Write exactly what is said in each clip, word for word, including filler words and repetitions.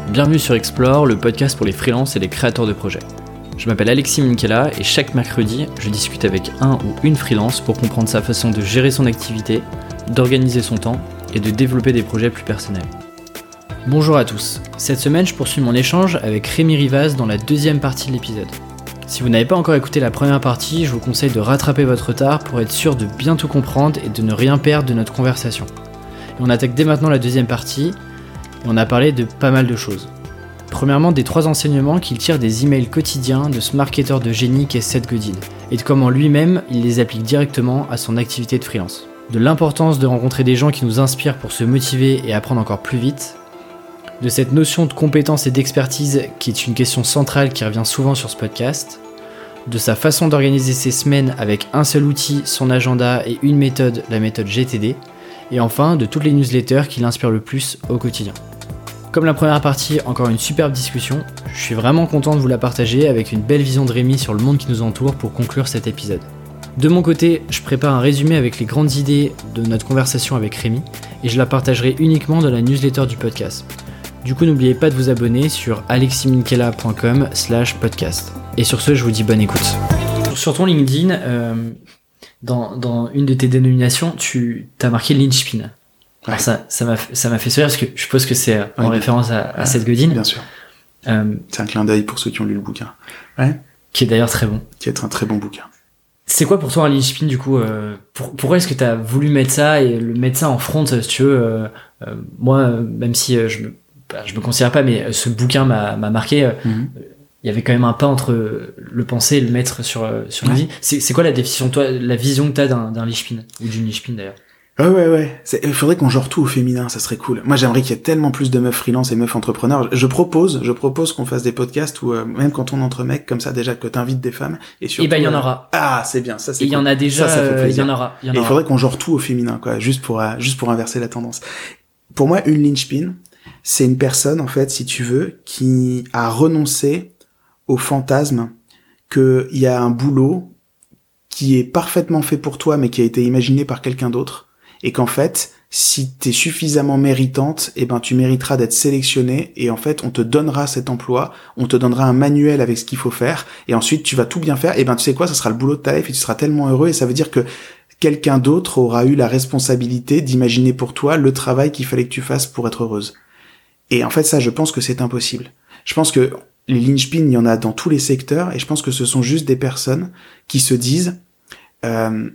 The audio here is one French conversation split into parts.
Bienvenue sur Explore, le podcast pour les freelances et les créateurs de projets. Je m'appelle Alexis Minkela et chaque mercredi, je discute avec un ou une freelance pour comprendre sa façon de gérer son activité, d'organiser son temps et de développer des projets plus personnels. Bonjour à tous, cette semaine je poursuis mon échange avec Rémi Rivaz dans la deuxième partie de l'épisode. Si vous n'avez pas encore écouté la première partie, je vous conseille de rattraper votre retard pour être sûr de bien tout comprendre et de ne rien perdre de notre conversation. Et on attaque dès maintenant la deuxième partie, et on a parlé de pas mal de choses. Premièrement, des trois enseignements qu'il tire des emails quotidiens de ce marketeur de génie qu'est Seth Godin, et de comment lui-même il les applique directement à son activité de freelance. De l'importance de rencontrer des gens qui nous inspirent pour se motiver et apprendre encore plus vite, de cette notion de compétence et d'expertise qui est une question centrale qui revient souvent sur ce podcast, de sa façon d'organiser ses semaines avec un seul outil, son agenda et une méthode, la méthode G T D, et enfin de toutes les newsletters qui l'inspirent le plus au quotidien. Comme la première partie, encore une superbe discussion, je suis vraiment content de vous la partager avec une belle vision de Rémi sur le monde qui nous entoure pour conclure cet épisode. De mon côté, je prépare un résumé avec les grandes idées de notre conversation avec Rémi et je la partagerai uniquement dans la newsletter du podcast. Du coup, n'oubliez pas de vous abonner sur aleximinkela point com slash podcast. Et sur ce, je vous dis bonne écoute. Sur ton LinkedIn, euh, dans, dans une de tes dénominations, tu as marqué Linchpin. Alors ouais. ça, ça m'a, ça m'a fait sourire parce que je suppose que c'est en ouais, référence à, à ouais, Seth Godin. Bien sûr. Euh, c'est un clin d'œil pour ceux qui ont lu le bouquin. Ouais. Qui est d'ailleurs très bon. Qui est un très bon bouquin. C'est quoi pour toi un linchpin du coup euh, pour, Pourquoi est-ce que t'as voulu mettre ça et le mettre ça en front si tu veux euh, euh, Moi, même si euh, je me, bah, je me considère pas, mais ce bouquin m'a, m'a marqué. Euh, mm-hmm. Il y avait quand même un pas entre le penser et le mettre sur sur ouais. la vie. C'est, c'est quoi la définition, toi, la vision que t'as d'un, d'un linchpin ou d'une linchpin d'ailleurs? Ouais, ouais, ouais. Il faudrait qu'on genre tout au féminin, ça serait cool. Moi, j'aimerais qu'il y ait tellement plus de meufs freelance et meufs entrepreneurs. Je propose, je propose qu'on fasse des podcasts où, euh, même quand on entre mecs, comme ça, déjà, que t'invites des femmes. Et surtout. Et ben, il y en aura. Euh... Ah, c'est bien, ça, c'est Et il cool. y en a déjà, ça, ça fait plaisir. Il y en aura. Y en et il faudrait qu'on genre tout au féminin, quoi. Juste pour, euh, juste pour inverser la tendance. Pour moi, une linchpin, c'est une personne, en fait, si tu veux, qui a renoncé au fantasme qu'il y a un boulot qui est parfaitement fait pour toi, mais qui a été imaginé par quelqu'un d'autre. Et qu'en fait, si t'es suffisamment méritante, eh ben tu mériteras d'être sélectionnée et en fait on te donnera cet emploi, on te donnera un manuel avec ce qu'il faut faire et ensuite tu vas tout bien faire. Et ben tu sais quoi, ça sera le boulot de ta life et tu seras tellement heureux et ça veut dire que quelqu'un d'autre aura eu la responsabilité d'imaginer pour toi le travail qu'il fallait que tu fasses pour être heureuse. Et en fait ça, je pense que c'est impossible. Je pense que les linchpins, il y en a dans tous les secteurs et je pense que ce sont juste des personnes qui se disent euh,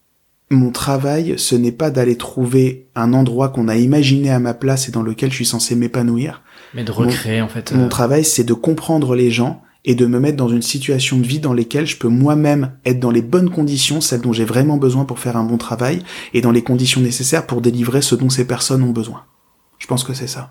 mon travail, ce n'est pas d'aller trouver un endroit qu'on a imaginé à ma place et dans lequel je suis censé m'épanouir. Mais de recréer, mon, en fait. Mon euh... travail, c'est de comprendre les gens et de me mettre dans une situation de vie dans lesquelles je peux moi-même être dans les bonnes conditions, celles dont j'ai vraiment besoin pour faire un bon travail, et dans les conditions nécessaires pour délivrer ce dont ces personnes ont besoin. Je pense que c'est ça.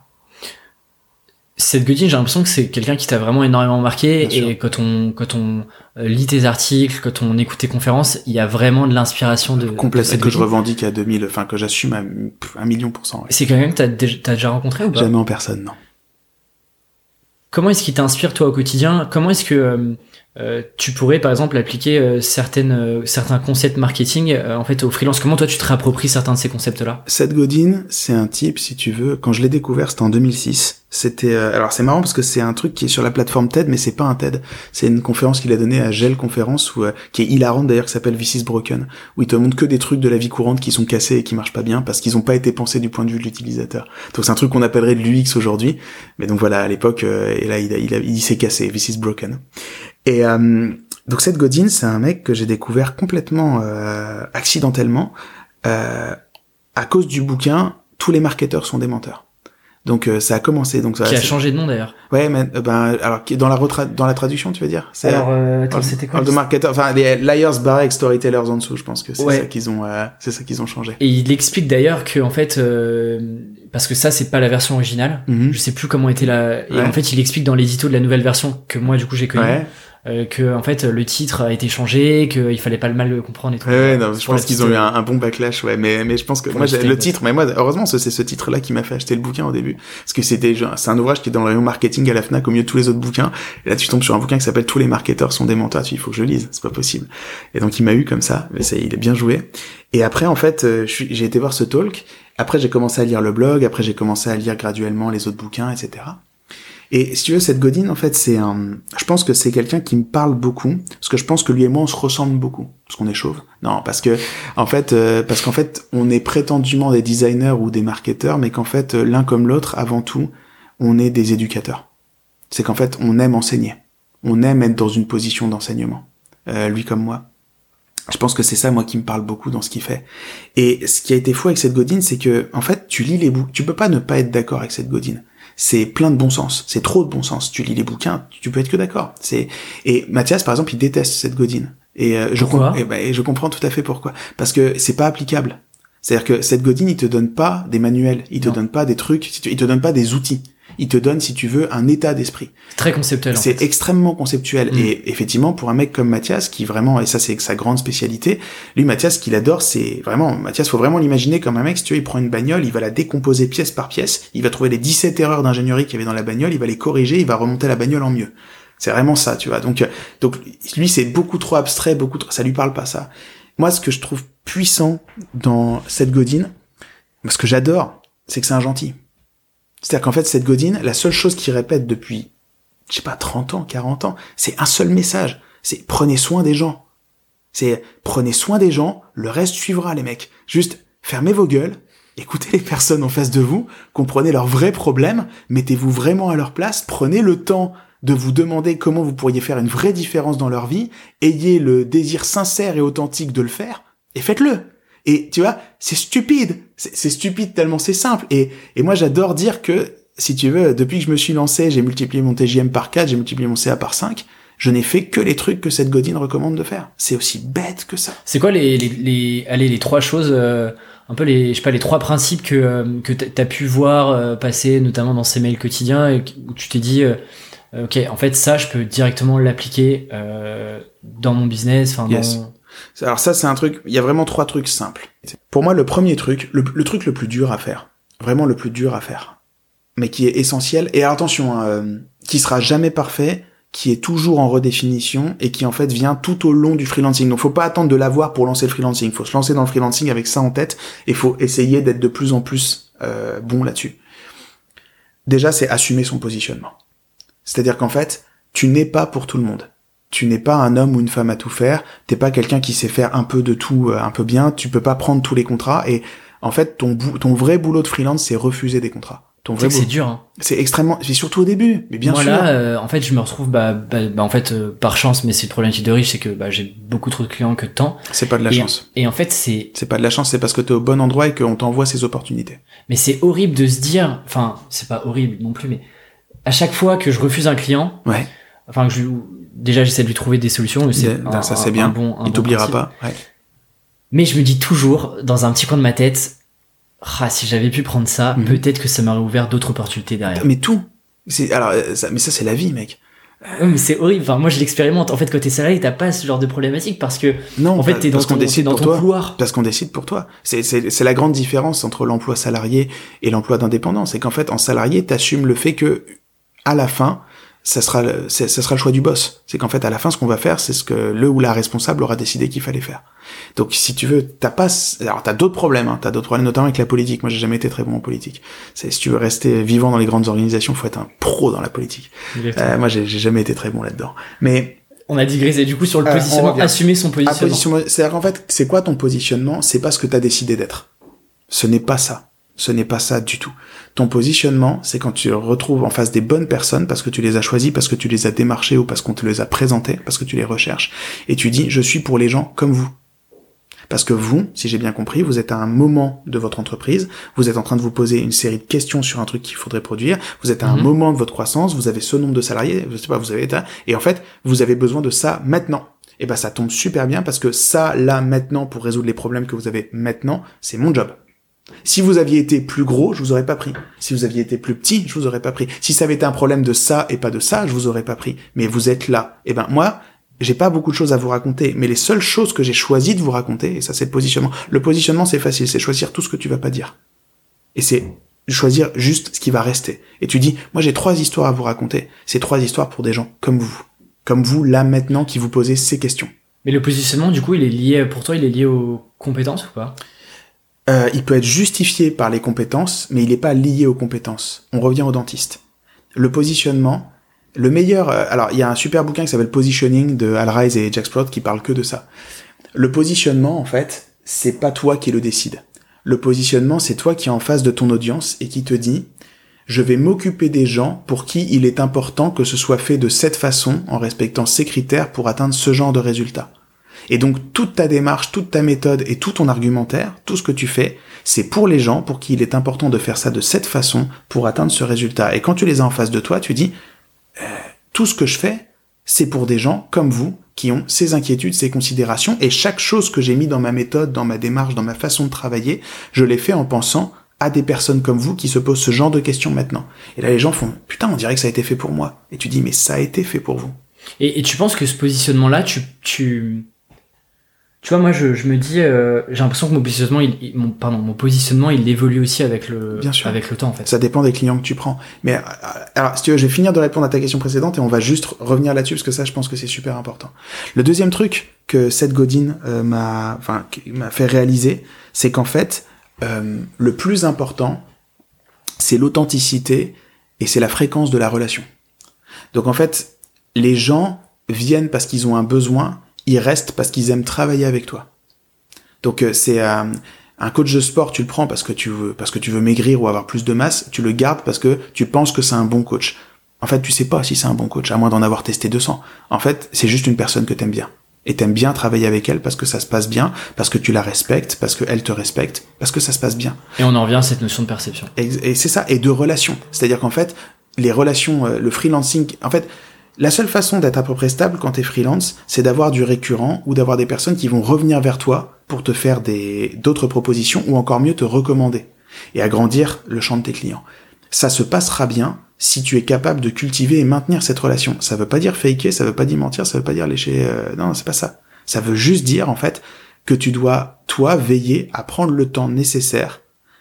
Seth Godin, j'ai l'impression que c'est quelqu'un qui t'a vraiment énormément marqué. Bien et sûr. quand on quand on lit tes articles, quand on écoute tes conférences, il y a vraiment de l'inspiration de complète que je revendique à deux mille, enfin que j'assume à un million pour cent. Ouais. C'est quelqu'un que t'as déjà, t'as déjà rencontré ou pas? Jamais en personne, non. Comment est-ce qu'il t'inspire toi au quotidien? Comment est-ce que euh, euh, tu pourrais par exemple appliquer euh, certaines euh, certains concepts marketing euh, en fait au freelance? Comment toi tu te réappropries certains de ces concepts-là? Seth Godin, c'est un type, si tu veux, quand je l'ai découvert, c'était en deux mille six. C'était euh, alors c'est marrant parce que c'est un truc qui est sur la plateforme TED, mais c'est pas un TED. C'est une conférence qu'il a donnée à Gel Conférence, où, euh, qui est hilarante d'ailleurs, qui s'appelle This is Broken, où il te montre que des trucs de la vie courante qui sont cassés et qui marchent pas bien parce qu'ils ont pas été pensés du point de vue de l'utilisateur. Donc c'est un truc qu'on appellerait de l'U X aujourd'hui, mais donc voilà, à l'époque, euh, et là il a, il, a, il s'est cassé. This is Broken. Et euh, donc Seth Godin, c'est un mec que j'ai découvert complètement euh, accidentellement euh, à cause du bouquin Tous les marketeurs sont des menteurs. Donc euh, ça a commencé donc ça qui a c'est... changé de nom d'ailleurs. Ouais, mais euh, ben alors dans la retra... dans la traduction, tu veux dire? C'est alors euh, attends, c'était quoi? De marketeurs, enfin les liars barrés avec storytellers en dessous, je pense que c'est ouais. ça qu'ils ont euh, c'est ça qu'ils ont changé. Et il explique d'ailleurs que en fait euh, parce que ça c'est pas la version originale, mm-hmm. je sais plus comment était la et ouais. en fait, il explique dans l'édito de la nouvelle version que moi du coup j'ai connu. Ouais. Euh, que en fait le titre a été changé, qu'il fallait pas le mal le comprendre et tout. Ouais, ouais non, je pense qu'ils ont eu un, un bon backlash, ouais, mais mais je pense que moi j'ai le titre, mais moi heureusement c'est ce titre-là qui m'a fait acheter le bouquin au début, parce que c'était c'est un ouvrage qui est dans le rayon marketing à la Fnac au milieu de tous les autres bouquins. Et là tu tombes sur un bouquin qui s'appelle Tous les marketeurs sont des menteurs. Il faut que je le lise, c'est pas possible. Et donc il m'a eu comme ça, mais ça, il est bien joué. Et après en fait, euh, je suis, j'ai été voir ce talk. Après j'ai commencé à lire le blog. Après j'ai commencé à lire graduellement les autres bouquins, et cetera. Et si tu veux, Seth Godin, en fait, c'est un, je pense que c'est quelqu'un qui me parle beaucoup, parce que je pense que lui et moi, on se ressemble beaucoup, parce qu'on est chauve. Non, parce que, en fait, euh, parce qu'en fait, on est prétendument des designers ou des marketeurs, mais qu'en fait, euh, l'un comme l'autre, avant tout, on est des éducateurs. C'est qu'en fait, on aime enseigner. On aime être dans une position d'enseignement. Euh, lui comme moi. Je pense que c'est ça, moi, qui me parle beaucoup dans ce qu'il fait. Et ce qui a été fou avec Seth Godin, c'est que, en fait, tu lis les bouquins, tu peux pas ne pas être d'accord avec Seth Godin. C'est plein de bon sens. C'est trop de bon sens. Tu lis les bouquins, tu peux être que d'accord. C'est, et Mathias, par exemple, il déteste Seth Godin. Et, euh, je, com- et, bah, et je comprends tout à fait pourquoi. Parce que c'est pas applicable. C'est-à-dire que Seth Godin, il te donne pas des manuels. Il te non. donne pas des trucs. Il te donne pas des outils. Il te donne, si tu veux, un état d'esprit. C'est très conceptuel. C'est en fait. extrêmement conceptuel. Mmh. Et effectivement, pour un mec comme Mathias, qui vraiment, et ça c'est sa grande spécialité, lui, Mathias, ce qu'il adore, c'est vraiment, Mathias, faut vraiment l'imaginer comme un mec, si tu veux, il prend une bagnole, il va la décomposer pièce par pièce, il va trouver les dix-sept erreurs d'ingénierie qu'il y avait dans la bagnole, il va les corriger, il va remonter la bagnole en mieux. C'est vraiment ça, tu vois. Donc, donc, lui, c'est beaucoup trop abstrait, beaucoup trop, ça lui parle pas, ça. Moi, ce que je trouve puissant dans Seth Godin, ce que j'adore, c'est que c'est un gentil. C'est-à-dire qu'en fait, Seth Godin, la seule chose qu'il répète depuis, je sais pas, trente ans, quarante ans, c'est un seul message. C'est prenez soin des gens. C'est prenez soin des gens, le reste suivra, les mecs. Juste, fermez vos gueules, écoutez les personnes en face de vous, comprenez leurs vrais problèmes, mettez-vous vraiment à leur place, prenez le temps de vous demander comment vous pourriez faire une vraie différence dans leur vie, ayez le désir sincère et authentique de le faire, et faites-le. Et tu vois, c'est stupide, c'est, c'est stupide tellement c'est simple. Et, et moi j'adore dire que, si tu veux, depuis que je me suis lancé, j'ai multiplié mon T J M par quatre, j'ai multiplié mon C A par cinq, je n'ai fait que les trucs que Seth Godin recommande de faire. C'est aussi bête que ça. C'est quoi les, les, les, allez, les trois choses, euh, un peu les, je sais pas, les trois principes que, euh, que t'as pu voir euh, passer, notamment dans ces mails quotidiens, et où tu t'es dit, euh, ok, en fait ça, je peux directement l'appliquer euh, dans mon business, enfin yes. dans... Alors ça, c'est un truc, il y a vraiment trois trucs simples. Pour moi, le premier truc, le, le truc le plus dur à faire, vraiment le plus dur à faire, mais qui est essentiel, et attention, euh, qui sera jamais parfait, qui est toujours en redéfinition, et qui en fait vient tout au long du freelancing. Donc faut pas attendre de l'avoir pour lancer le freelancing, faut se lancer dans le freelancing avec ça en tête, et faut essayer d'être de plus en plus euh, bon là-dessus. Déjà, c'est assumer son positionnement. C'est-à-dire qu'en fait, tu n'es pas pour tout le monde. Tu n'es pas un homme ou une femme à tout faire, t'es pas quelqu'un qui sait faire un peu de tout, euh, un peu bien, tu peux pas prendre tous les contrats, et en fait, ton, bou- ton vrai boulot de freelance, c'est refuser des contrats. Ton vrai c'est, boulot, c'est dur, hein. C'est extrêmement, c'est surtout au début, mais bien Moi, sûr. Moi là, euh, en fait, je me retrouve, bah, bah, bah en fait, euh, par chance, mais c'est le problématique de riche, c'est que bah, j'ai beaucoup trop de clients que de temps. C'est pas de la et, chance. Et en fait, c'est... C'est pas de la chance, c'est parce que t'es au bon endroit et qu'on t'envoie ces opportunités. Mais c'est horrible de se dire, enfin, c'est pas horrible non plus, mais à chaque fois que je refuse un client, ouais. Enfin, je, déjà, j'essaie de lui trouver des solutions. C'est un, ça, c'est un, bien. Un bon, un Il bon t'oubliera principe. pas. Ouais. Mais je me dis toujours, dans un petit coin de ma tête, ah, si j'avais pu prendre ça, mm-hmm. peut-être que ça m'aurait ouvert d'autres opportunités derrière. Mais tout. C'est, alors, ça, mais ça, c'est la vie, mec. Euh, mais c'est horrible. Enfin, moi, je l'expérimente. En fait, quand t'es salarié, t'as pas ce genre de problématique parce que, non, en fait, t'es dans ton, t'es dans ton toi, couloir. Parce qu'on décide pour toi. C'est, c'est, c'est la grande différence entre l'emploi salarié et l'emploi d'indépendant. C'est qu'en fait, en salarié, t'assumes le fait que, à la fin, ça sera, le, ça sera le choix du boss. C'est qu'en fait, à la fin, ce qu'on va faire, c'est ce que le ou la responsable aura décidé qu'il fallait faire. Donc, si tu veux, t'as pas, alors t'as d'autres problèmes, hein, t'as d'autres problèmes, notamment avec la politique. Moi, j'ai jamais été très bon en politique. C'est, si tu veux rester vivant dans les grandes organisations, faut être un pro dans la politique. Euh, moi, j'ai, j'ai jamais été très bon là-dedans. Mais, on a digressé du coup sur le positionnement, euh, assumer son positionnement. positionnement. C'est-à-dire qu'en fait, c'est quoi ton positionnement? C'est pas ce que t'as décidé d'être. Ce n'est pas ça. Ce n'est pas ça du tout. Ton positionnement, c'est quand tu te retrouves en face des bonnes personnes parce que tu les as choisies, parce que tu les as démarchées ou parce qu'on te les a présentées, parce que tu les recherches, et tu dis « je suis pour les gens comme vous ». Parce que vous, si j'ai bien compris, vous êtes à un moment de votre entreprise, vous êtes en train de vous poser une série de questions sur un truc qu'il faudrait produire, vous êtes à un mmh. moment de votre croissance, vous avez ce nombre de salariés, je sais pas, vous avez et en fait, vous avez besoin de ça maintenant. Et ben ça tombe super bien parce que ça, là, maintenant, pour résoudre les problèmes que vous avez maintenant, c'est mon job. Si vous aviez été plus gros, je vous aurais pas pris. Si vous aviez été plus petit, je vous aurais pas pris. Si ça avait été un problème de ça et pas de ça, je vous aurais pas pris. Mais vous êtes là. Et ben moi, j'ai pas beaucoup de choses à vous raconter, mais les seules choses que j'ai choisi de vous raconter, et ça c'est le positionnement. Le positionnement c'est facile, c'est choisir tout ce que tu vas pas dire. Et c'est choisir juste ce qui va rester. Et tu dis, moi j'ai trois histoires à vous raconter. C'est trois histoires pour des gens comme vous. Comme vous, là maintenant, qui vous posez ces questions. Mais le positionnement, du coup, il est lié, pour toi, il est lié aux compétences ou pas ? Euh, il peut être justifié par les compétences, mais il n'est pas lié aux compétences. On revient au dentiste. le positionnement, le meilleur... Euh, alors, il y a un super bouquin qui s'appelle Positioning de Hal Rise et Jack Sprout qui parle que de ça. Le positionnement, en fait, c'est pas toi qui le décide. Le positionnement, c'est toi qui es en face de ton audience et qui te dit « Je vais m'occuper des gens pour qui il est important que ce soit fait de cette façon, en respectant ces critères pour atteindre ce genre de résultat. » Et donc, toute ta démarche, toute ta méthode et tout ton argumentaire, tout ce que tu fais, c'est pour les gens pour qui il est important de faire ça de cette façon pour atteindre ce résultat. Et quand tu les as en face de toi, tu dis euh, « Tout ce que je fais, c'est pour des gens comme vous, qui ont ces inquiétudes, ces considérations, et chaque chose que j'ai mis dans ma méthode, dans ma démarche, dans ma façon de travailler, je l'ai fait en pensant à des personnes comme vous qui se posent ce genre de questions maintenant. » Et là, les gens font « Putain, on dirait que ça a été fait pour moi. » Et tu dis « Mais ça a été fait pour vous. » Et, et tu penses que ce positionnement-là, tu... tu... Tu vois, moi, je, je me dis, euh, j'ai l'impression que mon positionnement, il, il, mon, pardon, mon positionnement, il évolue aussi avec le, Bien sûr. avec le temps, en fait. Ça dépend des clients que tu prends. Mais alors, si tu veux, je vais finir de répondre à ta question précédente et on va juste revenir là-dessus parce que ça, je pense que c'est super important. Le deuxième truc que Seth Godin euh, m'a, enfin, m'a fait réaliser, c'est qu'en fait, euh, le plus important, c'est l'authenticité et c'est la fréquence de la relation. Donc en fait, les gens viennent parce qu'ils ont un besoin. Ils restent parce qu'ils aiment travailler avec toi. Donc euh, c'est euh, un coach de sport, tu le prends parce que tu veux parce que tu veux maigrir ou avoir plus de masse, tu le gardes parce que tu penses que c'est un bon coach. En fait, tu sais pas si c'est un bon coach à moins d'en avoir testé deux cents. En fait, c'est juste une personne que t'aimes bien. Et t'aimes bien travailler avec elle parce que ça se passe bien, parce que tu la respectes, parce qu'elle te respecte, parce que ça se passe bien. Et on en revient à cette notion de perception. Et, et c'est ça, et de relation. C'est-à-dire qu'en fait, les relations, euh, le freelancing, en fait, la seule façon d'être à peu près stable quand t'es freelance, c'est d'avoir du récurrent ou d'avoir des personnes qui vont revenir vers toi pour te faire des d'autres propositions ou encore mieux te recommander et agrandir le champ de tes clients. Ça se passera bien si tu es capable de cultiver et maintenir cette relation. Ça veut pas dire faker, ça veut pas dire mentir, ça veut pas dire lécher... Euh, non, c'est pas ça. Ça veut juste dire, en fait, que tu dois, toi, veiller à prendre le temps nécessaire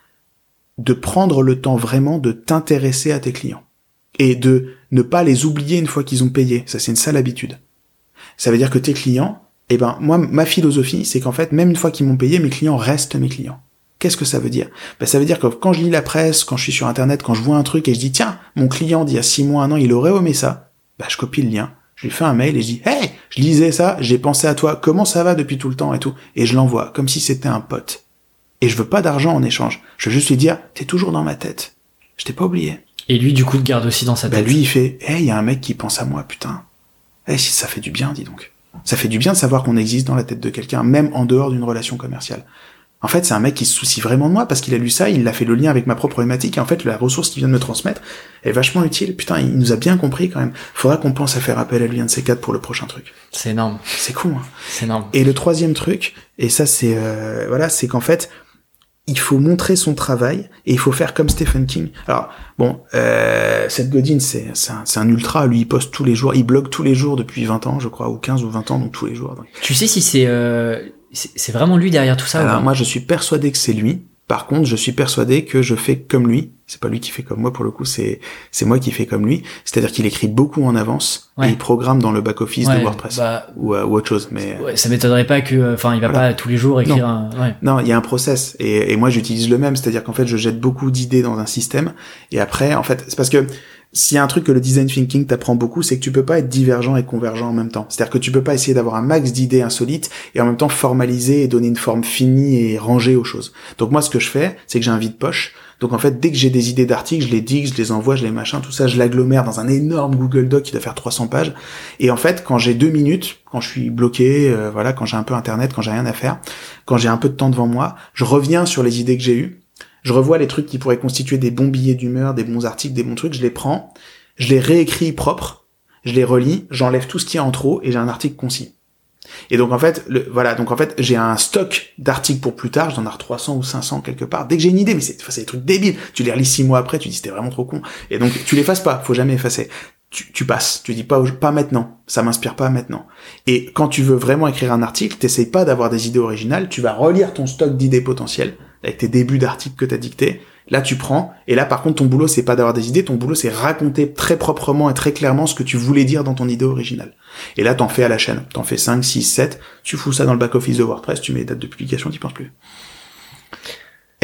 de prendre le temps vraiment de t'intéresser à tes clients. Et de ne pas les oublier une fois qu'ils ont payé. Ça, c'est une sale habitude. Ça veut dire que tes clients, eh ben, moi, ma philosophie, c'est qu'en fait, même une fois qu'ils m'ont payé, mes clients restent mes clients. Qu'est-ce que ça veut dire? Ben, ça veut dire que quand je lis la presse, quand je suis sur Internet, quand je vois un truc et je dis, tiens, mon client d'il y a six mois, un an, il aurait aimé ça. Ben, je copie le lien. Je lui fais un mail et je dis, hey, je lisais ça, j'ai pensé à toi, comment ça va depuis tout le temps et tout. Et je l'envoie, comme si c'était un pote. Et je veux pas d'argent en échange. Je veux juste lui dire, t'es toujours dans ma tête. Je t'ai pas oublié. Et lui, du coup, le garde aussi dans sa tête. Bah lui, il fait, hey, il y a un mec qui pense à moi, putain. Hey, si ça fait du bien, dis donc. Ça fait du bien de savoir qu'on existe dans la tête de quelqu'un, même en dehors d'une relation commerciale. En fait, c'est un mec qui se soucie vraiment de moi parce qu'il a lu ça, il a fait le lien avec ma propre problématique et en fait, la ressource qu'il vient de me transmettre est vachement utile. Putain, il nous a bien compris quand même. Faudra qu'on pense à faire appel à lui un de ces quatre pour le prochain truc. C'est énorme. C'est cool, hein. C'est énorme. Et le troisième truc, et ça c'est, euh, voilà, c'est qu'en fait, il faut montrer son travail et il faut faire comme Stephen King. Alors bon, euh, Seth Godin c'est c'est un, c'est un ultra, lui il poste tous les jours, il blogue tous les jours depuis vingt ans je crois, ou quinze ou vingt ans, donc tous les jours. Donc. Tu sais si c'est euh, c'est, c'est vraiment lui derrière tout ça? Alors ou moi je suis persuadé que c'est lui. Par contre, je suis persuadé que je fais comme lui. C'est pas lui qui fait comme moi pour le coup, c'est c'est moi qui fais comme lui. C'est-à-dire qu'il écrit beaucoup en avance ouais. et il programme dans le back office ouais, de WordPress bah, ou, euh, ou autre chose. Mais ouais, ça m'étonnerait pas que, enfin, il va voilà. pas tous les jours écrire non. un. Ouais. Non, il y a un process et, et moi j'utilise le même. C'est-à-dire qu'en fait, je jette beaucoup d'idées dans un système et après, en fait, c'est parce que s'il y a un truc que le design thinking t'apprend beaucoup, c'est que tu peux pas être divergent et convergent en même temps. C'est-à-dire que tu peux pas essayer d'avoir un max d'idées insolites et en même temps formaliser et donner une forme finie et rangée aux choses. Donc moi, ce que je fais, c'est que j'ai un vide-poche. Donc en fait, dès que j'ai des idées d'articles, je les dig, je les envoie, je les machin, tout ça, je l'agglomère dans un énorme Google Doc qui doit faire trois cents pages. Et en fait, quand j'ai deux minutes, quand je suis bloqué, euh, voilà, quand j'ai un peu internet, quand j'ai rien à faire, quand j'ai un peu de temps devant moi, je reviens sur les idées que j'ai eues. Je revois les trucs qui pourraient constituer des bons billets d'humeur, des bons articles, des bons trucs, je les prends, je les réécris propres, je les relis, j'enlève tout ce qu'il y a en trop et j'ai un article concis. Et donc en fait, le, voilà, donc en fait, j'ai un stock d'articles pour plus tard, j'en ai trois cents ou cinq cents quelque part. Dès que j'ai une idée, mais c'est, c'est des trucs débiles. Tu les relis six mois après, tu dis c'était vraiment trop con. Et donc tu l'effaces pas, faut jamais effacer. Tu, tu passes, tu dis pas, pas maintenant, ça m'inspire pas maintenant. Et quand tu veux vraiment écrire un article, t'essayes pas d'avoir des idées originales, tu vas relire ton stock d'idées potentielles avec tes débuts d'articles que t'as dictés. Là, tu prends, et là, par contre, ton boulot, c'est pas d'avoir des idées, ton boulot, c'est raconter très proprement et très clairement ce que tu voulais dire dans ton idée originale. Et là, t'en fais à la chaîne. T'en fais cinq, six, sept, tu fous ça dans le back-office de WordPress, tu mets les dates de publication, t'y penses plus.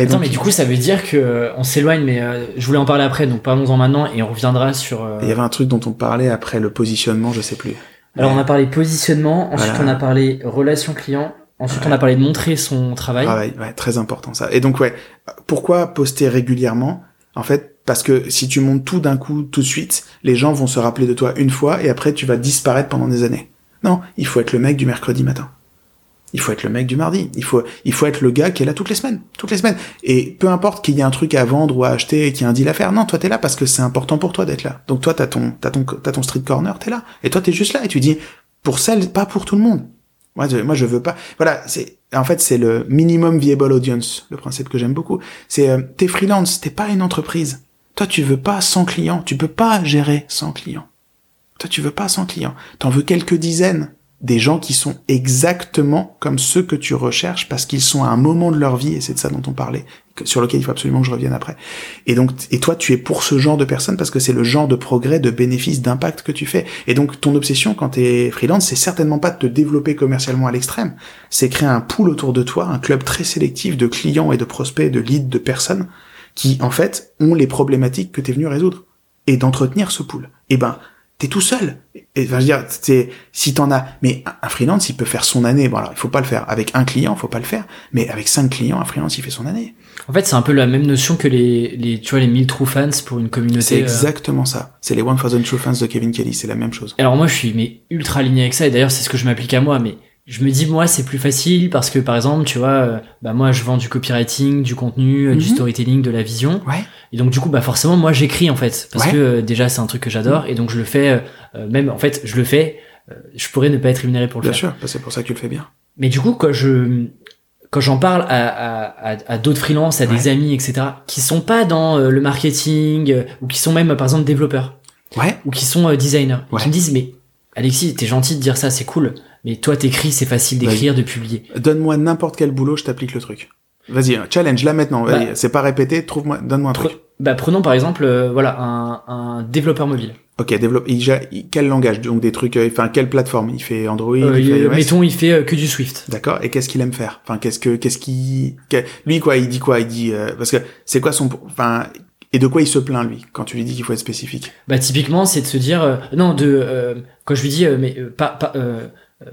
Et Attends, donc, mais du coup, ça veut dire que euh, on s'éloigne, mais euh, je voulais en parler après, donc parlons-en maintenant et on reviendra sur. Euh... il y avait un truc dont on parlait après le positionnement, je sais plus. Alors, mais... on a parlé positionnement, ensuite voilà. on a parlé relation client, ensuite ouais. on a parlé de montrer son travail. Travail, ouais, très important ça. Et donc ouais, pourquoi poster régulièrement ? En fait, parce que si tu montes tout d'un coup, tout de suite, les gens vont se rappeler de toi une fois et après tu vas disparaître pendant des années. Non, il faut être le mec du mercredi matin. Il faut être le mec du mardi. Il faut, il faut être le gars qui est là toutes les semaines. Toutes les semaines. Et peu importe qu'il y ait un truc à vendre ou à acheter et qu'il y ait un deal à faire. Non, toi, t'es là parce que c'est important pour toi d'être là. Donc toi, t'as ton, t'as ton, t'as ton street corner, t'es là. Et toi, t'es juste là et tu dis, pour celle, pas pour tout le monde. Moi, je, moi, je veux pas. Voilà, c'est, en fait, c'est le minimum viable audience. Le principe que j'aime beaucoup. C'est, euh, t'es freelance, t'es pas une entreprise. Toi, tu veux pas cent clients. Tu peux pas gérer cent clients. Toi, tu veux pas cent clients. T'en veux quelques dizaines. Des gens qui sont exactement comme ceux que tu recherches parce qu'ils sont à un moment de leur vie, et c'est de ça dont on parlait, sur lequel il faut absolument que je revienne après. Et donc, et toi, tu es pour ce genre de personnes parce que c'est le genre de progrès, de bénéfice, d'impact que tu fais. Et donc, ton obsession quand t'es freelance, c'est certainement pas de te développer commercialement à l'extrême. C'est créer un pool autour de toi, un club très sélectif de clients et de prospects, de leads, de personnes qui, en fait, ont les problématiques que t'es venu résoudre. Et d'entretenir ce pool. Et ben, t'es tout seul. Et, enfin, je veux dire, c'est, si t'en as, mais un freelance, il peut faire son année. Bon, alors, il faut pas le faire. Avec un client, faut pas le faire. Mais avec cinq clients, un freelance, il fait son année. En fait, c'est un peu la même notion que les, les, tu vois, les mille true fans pour une communauté. C'est exactement euh... ça. C'est les one thousand true fans de Kevin Kelly. C'est la même chose. Alors moi, je suis, mais ultra aligné avec ça. Et d'ailleurs, c'est ce que je m'applique à moi. Mais je me dis, moi, c'est plus facile parce que, par exemple, tu vois, euh, bah, moi, je vends du copywriting, du contenu, mm-hmm. du storytelling, de la vision. Ouais. Et donc, du coup, bah, forcément, moi, j'écris, en fait. Parce ouais. que, euh, déjà, c'est un truc que j'adore. Et donc, je le fais, euh, même, en fait, je le fais, euh, je pourrais ne pas être rémunéré pour le bien faire. Bien sûr, c'est pour ça que tu le fais bien. Mais du coup, quand je, quand j'en parle à, à, à, à d'autres freelances, à ouais. des amis, et cetera, qui sont pas dans euh, le marketing, euh, ou qui sont même, par exemple, développeurs. Ouais. Ou qui sont euh, designers. Ouais. Qui me disent, mais, Alexis, t'es gentil de dire ça, c'est cool. Mais toi, t'écris, c'est facile d'écrire, vas-y. De publier. Donne-moi n'importe quel boulot, je t'applique le truc. Vas-y, challenge là maintenant. Bah, vas-y, c'est pas répété. Trouve-moi, donne-moi un pre- truc. Bah, prenons par exemple, euh, voilà, un, un développeur mobile. Ok, développe. Il, il, quel langage, donc des trucs. Enfin, quelle plateforme? Il fait Android. Euh, il fait il, iOS. Mettons, il fait euh, que du Swift. D'accord. Et qu'est-ce qu'il aime faire? Enfin, qu'est-ce que, qu'est-ce qu'il, qu'... lui quoi? Il dit quoi? Il dit euh, parce que c'est quoi son, enfin. Et de quoi il se plaint, lui, quand tu lui dis qu'il faut être spécifique? Bah, typiquement, c'est de se dire, euh, non, de, euh, quand je lui dis, euh, mais, euh, pas, pas, euh, euh,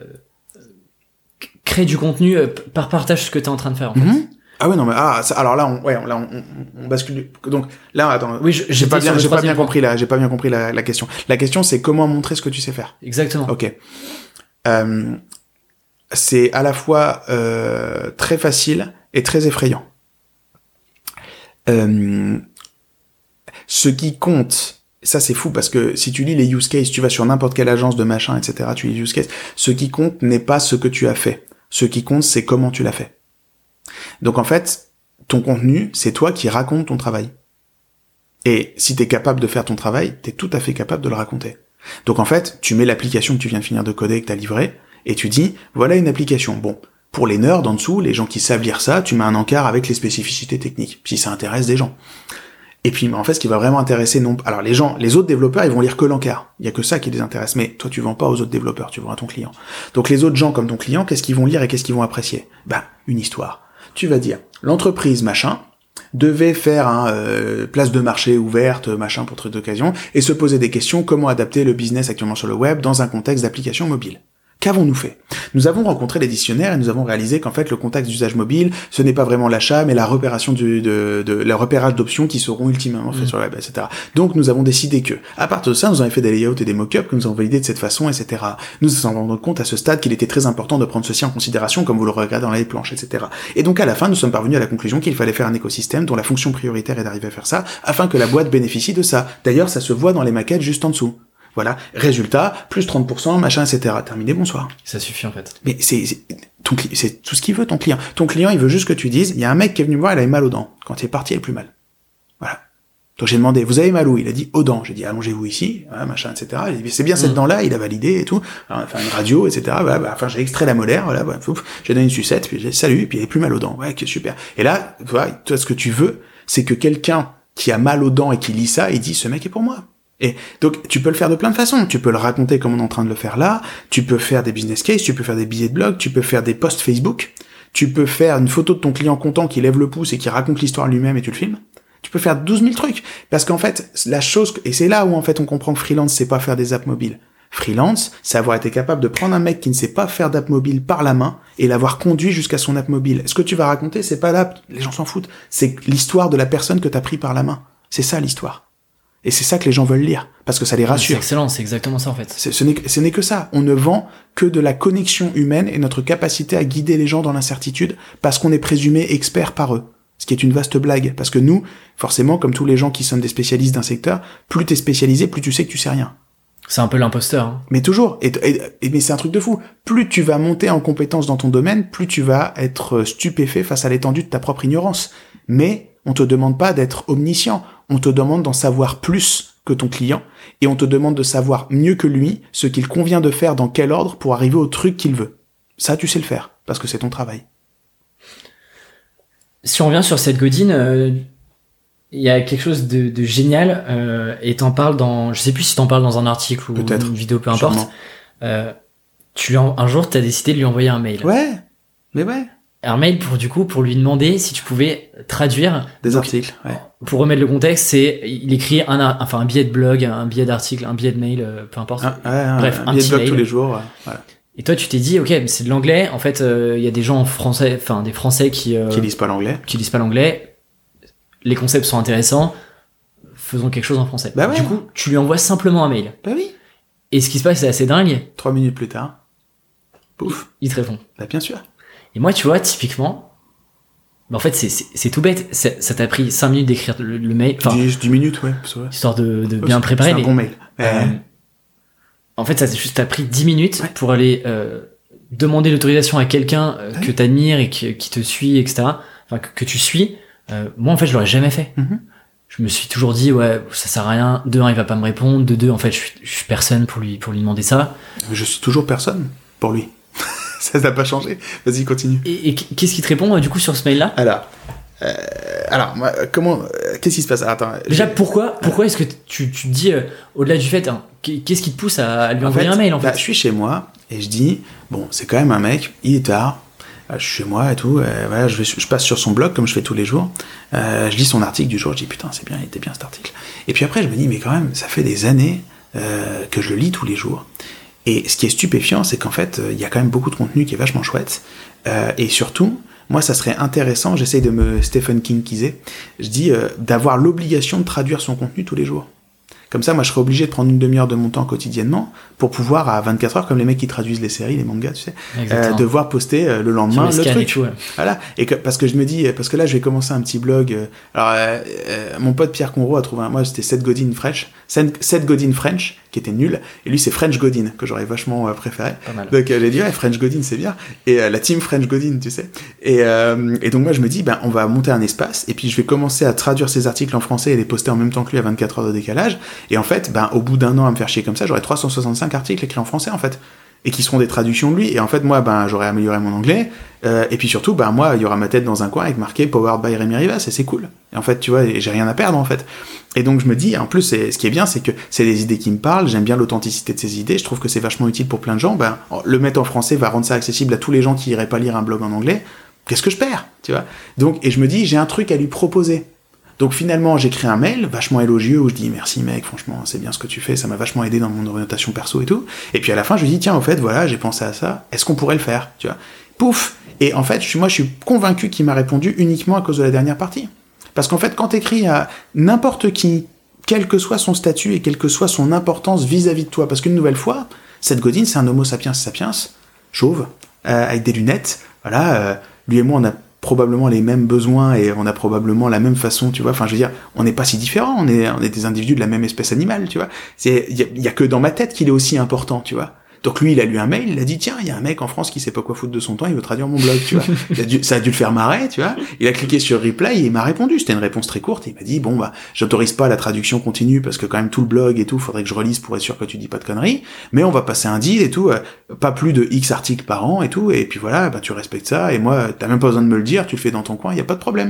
crée du contenu, euh, par partage ce que t'es en train de faire, en mm-hmm. fait. Ah ouais, non, mais, ah, ça, alors là, on, ouais, là, on, on, on bascule, donc, là, attends. Oui, je, j'ai pas bien, j'ai pas bien compris la, j'ai pas bien compris la, la question. La question, c'est comment montrer ce que tu sais faire. Exactement. Ok. Euh, c'est à la fois, euh, très facile et très effrayant. Euh, Ce qui compte, ça c'est fou parce que si tu lis les use cases, tu vas sur n'importe quelle agence de machin, et cetera, tu lis les use cases, ce qui compte n'est pas ce que tu as fait. Ce qui compte, c'est comment tu l'as fait. Donc en fait, ton contenu, c'est toi qui racontes ton travail. Et si t'es capable de faire ton travail, t'es tout à fait capable de le raconter. Donc en fait, tu mets l'application que tu viens de finir de coder, que t'as livrée, et tu dis, voilà une application. Bon, pour les nerds en dessous, les gens qui savent lire ça, tu mets un encart avec les spécificités techniques, si ça intéresse des gens. Et puis, en fait, ce qui va vraiment intéresser, non, alors les gens, les autres développeurs, ils vont lire que l'encart. Il y a que ça qui les intéresse. Mais toi, tu vends pas aux autres développeurs, tu vends à ton client. Donc, les autres gens comme ton client, qu'est-ce qu'ils vont lire et qu'est-ce qu'ils vont apprécier? Ben, une histoire. Tu vas dire, l'entreprise, machin, devait faire un euh, place de marché ouverte, machin, pour truc d'occasion, et se poser des questions, comment adapter le business actuellement sur le web dans un contexte d'application mobile. Qu'avons-nous fait? Nous avons rencontré les dictionnaires et nous avons réalisé qu'en fait le contexte d'usage mobile, ce n'est pas vraiment l'achat, mais la repération du, de, de, le repérage d'options qui seront ultimement faits mmh. sur le web, et cetera. Donc nous avons décidé que, à partir de ça, nous avons fait des layouts et des mock-ups que nous avons validés de cette façon, et cetera. Nous nous sommes rendus compte à ce stade qu'il était très important de prendre ceci en considération, comme vous le regardez dans les planches, et cetera. Et donc à la fin, nous sommes parvenus à la conclusion qu'il fallait faire un écosystème dont la fonction prioritaire est d'arriver à faire ça, afin que la boîte bénéficie de ça. D'ailleurs, ça se voit dans les maquettes juste en dessous. Voilà, résultat, plus trente pour cent, machin, et cetera. Terminé, bonsoir. Ça suffit, en fait. Mais c'est, c'est, ton, c'est tout ce qu'il veut, ton client. Ton client, il veut juste que tu dises, il y a un mec qui est venu me voir, il avait mal aux dents. Quand il est parti, il avait plus mal. Voilà. Donc j'ai demandé, vous avez mal où? Il a dit, aux dents. J'ai dit, allongez-vous ici, voilà, machin, et cetera. Il a dit, c'est bien cette mmh. dent-là, il a validé et tout. Alors, enfin, une radio, et cetera. Voilà, bah, enfin, j'ai extrait la molaire, voilà, voilà, pouf, j'ai donné une sucette, puis j'ai dit, salut, et puis il avait plus mal aux dents. Ouais, ok, super. Et là, voilà, toi, ce que tu veux, c'est que quelqu'un qui a mal aux dents et qui lit ça, il dit, ce mec est pour moi. Et donc, tu peux le faire de plein de façons. Tu peux le raconter comme on est en train de le faire là. Tu peux faire des business cases, tu peux faire des billets de blog, tu peux faire des posts Facebook. Tu peux faire une photo de ton client content qui lève le pouce et qui raconte l'histoire lui-même et tu le filmes. Tu peux faire douze mille trucs. Parce qu'en fait, la chose, et c'est là où en fait on comprend que freelance, c'est pas faire des apps mobiles. Freelance, c'est avoir été capable de prendre un mec qui ne sait pas faire d'app mobile par la main et l'avoir conduit jusqu'à son app mobile. Ce que tu vas raconter, c'est pas l'app, les gens s'en foutent. C'est l'histoire de la personne que t'as pris par la main. C'est ça l'histoire. Et c'est ça que les gens veulent lire, parce que ça les rassure. C'est excellent, c'est exactement ça en fait. C'est, ce, n'est, ce n'est que ça. On ne vend que de la connexion humaine et notre capacité à guider les gens dans l'incertitude, parce qu'on est présumé expert par eux. Ce qui est une vaste blague, parce que nous, forcément, comme tous les gens qui sont des spécialistes d'un secteur, plus t'es spécialisé, plus tu sais que tu sais rien. C'est un peu l'imposteur. Hein. Mais toujours. Et, et, et mais c'est un truc de fou. Plus tu vas monter en compétence dans ton domaine, plus tu vas être stupéfait face à l'étendue de ta propre ignorance. Mais on te demande pas d'être omniscient. On te demande d'en savoir plus que ton client. Et on te demande de savoir mieux que lui ce qu'il convient de faire dans quel ordre pour arriver au truc qu'il veut. Ça, tu sais le faire. Parce que c'est ton travail. Si on revient sur Seth Godin, euh, il y a quelque chose de, de génial, euh, et t'en parles dans, je sais plus si t'en parles dans un article ou Peut-être. une vidéo, peu importe. Euh, tu lui en, un jour, t'as décidé de lui envoyer un mail. Ouais, mais ouais. Un mail pour du coup pour lui demander si tu pouvais traduire des donc, articles. Ouais. Pour remettre le contexte, c'est il écrit un, enfin un billet de blog, un billet d'article, un billet de mail, euh, peu importe. Ah, ouais, Bref, un, un billet de blog mail. tous les jours. Ouais. Voilà. Et toi, tu t'es dit, ok, c'est de l'anglais. En fait, il euh, y a des gens en français, enfin des Français qui euh, qui lisent pas l'anglais, qui lisent pas l'anglais. Les concepts sont intéressants. Faisons quelque chose en français. Bah ouais. Du coup, tu lui envoies simplement un mail. Bah oui. Et ce qui se passe, c'est assez dingue. Trois minutes plus tard, pouf, il, il te répond. Bah bien sûr. Et moi, tu vois, typiquement, bah en fait, c'est, c'est, c'est tout bête. C'est, ça t'a pris cinq minutes d'écrire le, le mail. Enfin, dix, dix minutes, ouais. C'est vrai. Histoire de, de Ouais, bien c'est, préparer. C'est un mais, bon mail. Euh, Euh... En fait, ça juste t'a pris dix minutes ouais. pour aller euh, demander l'autorisation à quelqu'un euh, ouais. que t'admires et qui, qui te suit, et cetera. Enfin, que, que tu suis. Euh, moi, en fait, je l'aurais jamais fait. Mm-hmm. Je me suis toujours dit, ouais, ça sert à rien. De un, il va pas me répondre. De deux, en fait, je suis, je suis personne pour lui, pour lui demander ça. Je suis toujours personne pour lui. Ça n'a pas changé. Vas-y, continue. Et, et qu'est-ce qu'il te répond, euh, du coup, sur ce mail-là? Alors, euh, alors, moi, comment, euh, qu'est-ce qui se passe? Attends. Déjà, j'ai... pourquoi, pourquoi est-ce que tu, tu te dis, euh, au-delà du fait, hein, qu'est-ce qui te pousse à lui en envoyer fait, un mail, en bah, fait? Je suis chez moi et je dis, bon, c'est quand même un mec, il est tard. Je suis chez moi et tout, euh, voilà, je, vais, je passe sur son blog comme je fais tous les jours, euh, je lis son article du jour, je dis putain c'est bien, il était bien cet article. Et puis après je me dis mais quand même ça fait des années euh, que je le lis tous les jours. Et ce qui est stupéfiant c'est qu'en fait il euh, y a quand même beaucoup de contenu qui est vachement chouette. Euh, et surtout, moi ça serait intéressant, j'essaye de me Stephen Kingiser, je dis euh, d'avoir l'obligation de traduire son contenu tous les jours. Comme ça, moi, je serais obligé de prendre une demi-heure de mon temps quotidiennement pour pouvoir, à vingt-quatre heures, comme les mecs qui traduisent les séries, les mangas, tu sais, euh, devoir poster euh, le lendemain le truc. Et tout, ouais. Voilà. Et que, parce que je me dis, parce que là, je vais commencer un petit blog. Euh, alors, euh, euh, mon pote Pierre Conro a trouvé un, moi, c'était Seth Godin French, Seth Godin French, qui était nul. Et lui, c'est French Godin, que j'aurais vachement euh, préféré. Pas mal. Donc, euh, j'ai dit, ouais, French Godin, c'est bien. Et euh, la team French Godin, tu sais. Et, euh, et donc, moi, je me dis, ben, on va monter un espace. Et puis, je vais commencer à traduire ces articles en français et les poster en même temps que lui à vingt-quatre heures de décalage. Et en fait, ben, au bout d'un an à me faire chier comme ça, j'aurai trois cent soixante-cinq articles écrits en français, en fait. Et qui seront des traductions de lui. Et en fait, moi, ben, j'aurais amélioré mon anglais. Euh, et puis surtout, ben, moi, il y aura ma tête dans un coin avec marqué Powered by Rémi Rivas. Et c'est cool. Et en fait, tu vois, j'ai rien à perdre, en fait. Et donc, je me dis, en plus, c'est, ce qui est bien, c'est que c'est des idées qui me parlent. J'aime bien l'authenticité de ces idées. Je trouve que c'est vachement utile pour plein de gens. Ben, le mettre en français va rendre ça accessible à tous les gens qui iraient pas lire un blog en anglais. Qu'est-ce que je perds, tu vois? Donc, et je me dis, j'ai un truc à lui proposer. Donc finalement, j'écris un mail vachement élogieux où je dis merci mec, franchement, c'est bien ce que tu fais, ça m'a vachement aidé dans mon orientation perso et tout. Et puis à la fin, je lui dis tiens, en fait, voilà, j'ai pensé à ça, est-ce qu'on pourrait le faire, tu vois? Pouf. Et en fait, je suis, moi, je suis convaincu qu'il m'a répondu uniquement à cause de la dernière partie. Parce qu'en fait, quand t'écris à n'importe qui, quel que soit son statut et quelle que soit son importance vis-à-vis de toi, parce qu'une nouvelle fois, Seth Godin, c'est un homo sapiens sapiens, chauve, euh, avec des lunettes, voilà, euh, lui et moi, on a probablement les mêmes besoins et on a probablement la même façon, tu vois, enfin je veux dire, on n'est pas si différents, on est, on est des individus de la même espèce animale, tu vois, c'est, il y a, y a que dans ma tête qu'il est aussi important, tu vois. Donc lui, il a lu un mail, il a dit tiens, il y a un mec en France qui sait pas quoi foutre de son temps, il veut traduire mon blog, tu vois. Il a dû, ça a dû le faire marrer, tu vois. Il a cliqué sur reply et il m'a répondu. C'était une réponse très courte. Il m'a dit bon bah, j'autorise pas la traduction continue parce que quand même tout le blog et tout, faudrait que je relise pour être sûr que tu dis pas de conneries. Mais on va passer un deal et tout, euh, pas plus de X articles par an et tout. Et puis voilà, bah tu respectes ça. Et moi, t'as même pas besoin de me le dire, tu le fais dans ton coin, y a pas de problème.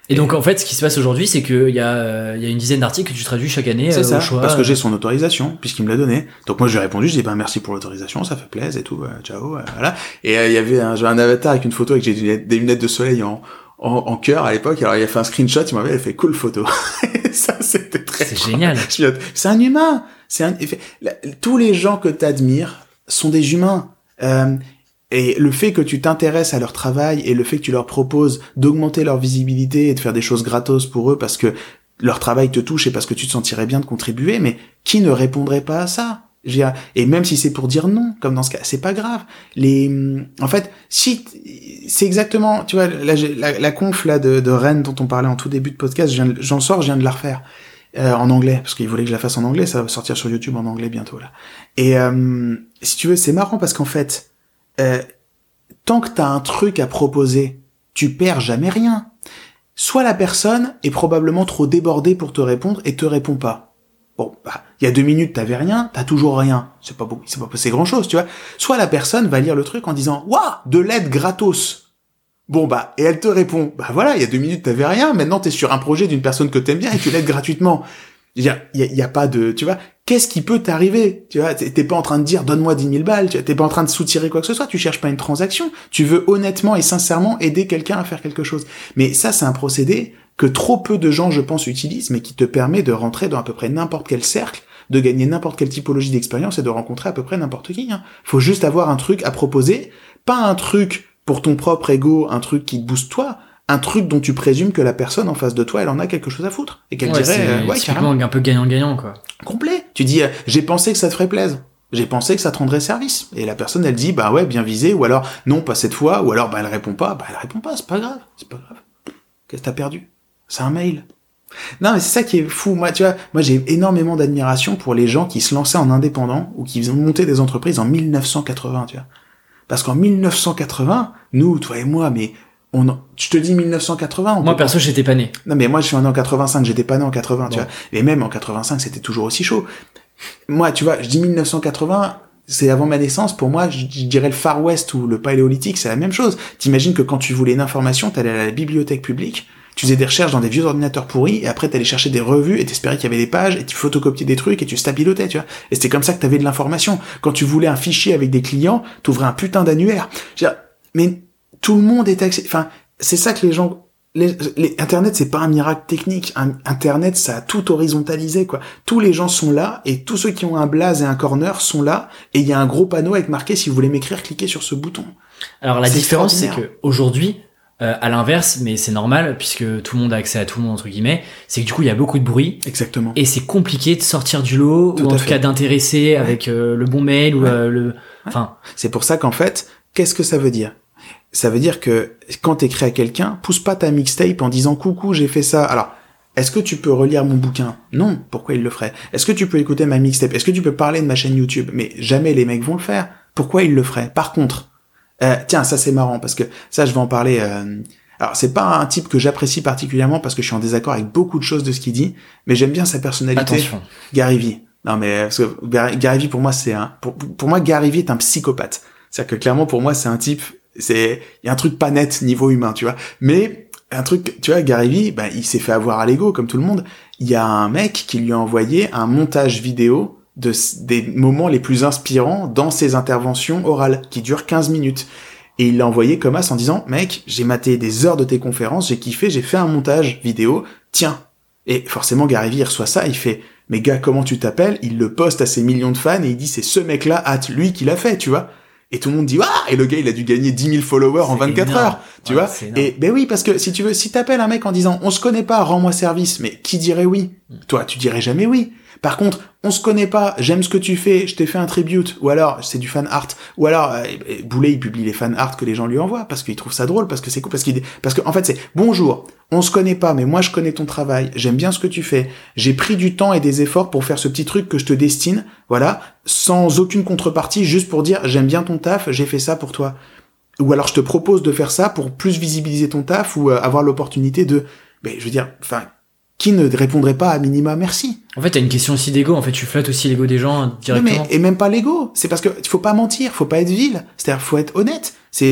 Et, et donc en fait, ce qui se passe aujourd'hui, c'est qu'il y a, euh, il y a une dizaine d'articles que tu traduis chaque année. C'est euh, ça, au choix, parce que euh... j'ai son autorisation, puisqu'il me l'a donné. Donc moi, je lui ai répondu, je dis, ben merci pour l'autorisation, ça fait plaisir et tout, euh, ciao, euh, voilà. Et il euh, y avait un, j'avais un avatar avec une photo avec des, des lunettes de soleil en, en, en cœur à l'époque. Alors il a fait un screenshot, il m'avait fait cool photo. Et ça, c'était très. C'est génial. C'est un humain. C'est un. Tous les gens que t'admires sont des humains. Euh, Et le fait que tu t'intéresses à leur travail et le fait que tu leur proposes d'augmenter leur visibilité et de faire des choses gratos pour eux parce que leur travail te touche et parce que tu te sentirais bien de contribuer, mais qui ne répondrait pas à ça? Et même si c'est pour dire non, comme dans ce cas, c'est pas grave. Les, en fait, si c'est exactement, tu vois, la, la, la conf là de, de Rennes dont on parlait en tout début de podcast, j'en sors, je viens de la refaire euh, en anglais parce qu'il voulait que je la fasse en anglais, ça va sortir sur YouTube en anglais bientôt là. Et euh, si tu veux, c'est marrant parce qu'en fait, euh, tant que t'as un truc à proposer, tu perds jamais rien. Soit la personne est probablement trop débordée pour te répondre et te répond pas. Bon, bah, il y a deux minutes, t'avais rien, t'as toujours rien. C'est pas beaucoup, c'est pas c'est grand chose, tu vois. Soit la personne va lire le truc en disant, waouh, de l'aide gratos. Bon, bah, et elle te répond, bah voilà, il y a deux minutes, t'avais rien, maintenant t'es sur un projet d'une personne que t'aimes bien et tu l'aides gratuitement. Il y a, il y, a, y a pas de, tu vois, qu'est-ce qui peut t'arriver? Tu vois, t'es pas en train de dire, donne-moi dix mille balles, tu vois, t'es pas en train de soutirer quoi que ce soit, tu cherches pas une transaction, tu veux honnêtement et sincèrement aider quelqu'un à faire quelque chose. Mais ça, c'est un procédé que trop peu de gens, je pense, utilisent, mais qui te permet de rentrer dans à peu près n'importe quel cercle, de gagner n'importe quelle typologie d'expérience et de rencontrer à peu près n'importe qui, hein. Faut juste avoir un truc à proposer, pas un truc pour ton propre ego, un truc qui te booste toi, un truc dont tu présumes que la personne en face de toi, elle en a quelque chose à foutre. Et qu'elle ouais, dirait, c'est, euh, ouais, carrément. Un peu gagnant-gagnant, quoi. Complet. Tu dis, euh, j'ai pensé que ça te ferait plaisir. J'ai pensé que ça te rendrait service. Et la personne, elle dit, bah ouais, bien visé, ou alors, non, pas cette fois, ou alors, bah elle répond pas, bah elle répond pas, c'est pas grave, c'est pas grave. Qu'est-ce que t'as perdu? C'est un mail. Non, mais c'est ça qui est fou. Moi, tu vois, moi, j'ai énormément d'admiration pour les gens qui se lançaient en indépendant, ou qui ont monté des entreprises en mille neuf cent quatre-vingts, tu vois. Parce qu'en mille neuf cent quatre-vingts, nous, toi et moi, mais, On, je te dis mille neuf cent quatre-vingts. Moi, perso, j'étais pas né. Non, mais moi, je suis né en quatre-vingt-cinq, j'étais pas né en quatre-vingts, bon. Tu vois. Et même en quatre-vingt-cinq, c'était toujours aussi chaud. Moi, tu vois, je dis mille neuf cent quatre-vingts, c'est avant ma naissance. Pour moi, je, je dirais le Far West ou le Paléolithique, c'est la même chose. T'imagines que quand tu voulais une information, t'allais à la bibliothèque publique, tu faisais des recherches dans des vieux ordinateurs pourris, et après t'allais chercher des revues, et t'espérais qu'il y avait des pages, et tu photocopiais des trucs, et tu stabilotais, tu vois. Et c'était comme ça que t'avais de l'information. Quand tu voulais un fichier avec des clients, t'ouvrais un putain d'annuaire. Je veux dire, mais tout le monde est accès, enfin, c'est ça que les gens, les, les, Internet, c'est pas un miracle technique. Un, Internet, ça a tout horizontalisé, quoi. Tous les gens sont là, et tous ceux qui ont un blaze et un corner sont là, et il y a un gros panneau avec marqué, si vous voulez m'écrire, cliquez sur ce bouton. Alors, la différence, c'est que, aujourd'hui, euh, à l'inverse, mais c'est normal, puisque tout le monde a accès à tout le monde, entre guillemets, c'est que du coup, il y a beaucoup de bruit. Exactement. Et c'est compliqué de sortir du lot, tout ou en tout fait. cas d'intéresser ouais. avec euh, le bon mail, ou ouais. euh, le, enfin. Ouais. C'est pour ça qu'en fait, qu'est-ce que ça veut dire? Ça veut dire que quand t'écris à quelqu'un, pousse pas ta mixtape en disant coucou, j'ai fait ça. Alors, est-ce que tu peux relire mon bouquin? Non. Pourquoi il le ferait? Est-ce que tu peux écouter ma mixtape? Est-ce que tu peux parler de ma chaîne YouTube? Mais jamais les mecs vont le faire. Pourquoi ils le feraient? Par contre, euh, tiens, ça c'est marrant parce que ça je vais en parler. Euh... Alors c'est pas un type que j'apprécie particulièrement parce que je suis en désaccord avec beaucoup de choses de ce qu'il dit, mais j'aime bien sa personnalité. Attention. Gary Vee. Non mais parce que Gary Vee pour moi c'est un, pour, pour moi Gary Vee est un psychopathe. C'est-à-dire que clairement pour moi c'est un type. C'est, il y a un truc pas net niveau humain, tu vois. Mais, un truc, tu vois, Gary Vee, bah, il s'est fait avoir à l'ego, comme tout le monde. Il y a un mec qui lui a envoyé un montage vidéo de, des moments les plus inspirants dans ses interventions orales, qui durent quinze minutes. Et il l'a envoyé comme as en disant, mec, j'ai maté des heures de tes conférences, j'ai kiffé, j'ai fait un montage vidéo, tiens. Et forcément, Gary Vee, il reçoit ça, il fait, mais gars, comment tu t'appelles? Il le poste à ses millions de fans et il dit, c'est ce mec-là, hâte, lui qui l'a fait, tu vois. Et tout le monde dit, ah, et le gars, il a dû gagner dix mille followers c'est en vingt-quatre énorme. Heures, tu ouais, vois. Et, ben oui, parce que si tu veux, si t'appelles un mec en disant, on se connaît pas, rends-moi service, mais qui dirait oui? Mm. Toi, tu dirais jamais oui. Par contre, on se connaît pas, j'aime ce que tu fais, je t'ai fait un tribute, ou alors, c'est du fan art, ou alors, euh, Boulet, il publie les fan art que les gens lui envoient, parce qu'il trouve ça drôle, parce que c'est cool, parce qu'il, parce que, en fait, c'est, bonjour, on se connaît pas, mais moi, je connais ton travail, j'aime bien ce que tu fais, j'ai pris du temps et des efforts pour faire ce petit truc que je te destine, voilà, sans aucune contrepartie, juste pour dire, j'aime bien ton taf, j'ai fait ça pour toi. Ou alors, je te propose de faire ça pour plus visibiliser ton taf, ou euh, avoir l'opportunité de, ben, je veux dire, enfin, qui ne répondrait pas à minima merci? En fait, t'as une question aussi d'ego. En fait, tu flattes aussi l'ego des gens directement. Non, mais, et même pas l'ego. C'est parce que il faut pas mentir, faut pas être vil. C'est-à-dire, faut être honnête. C'est,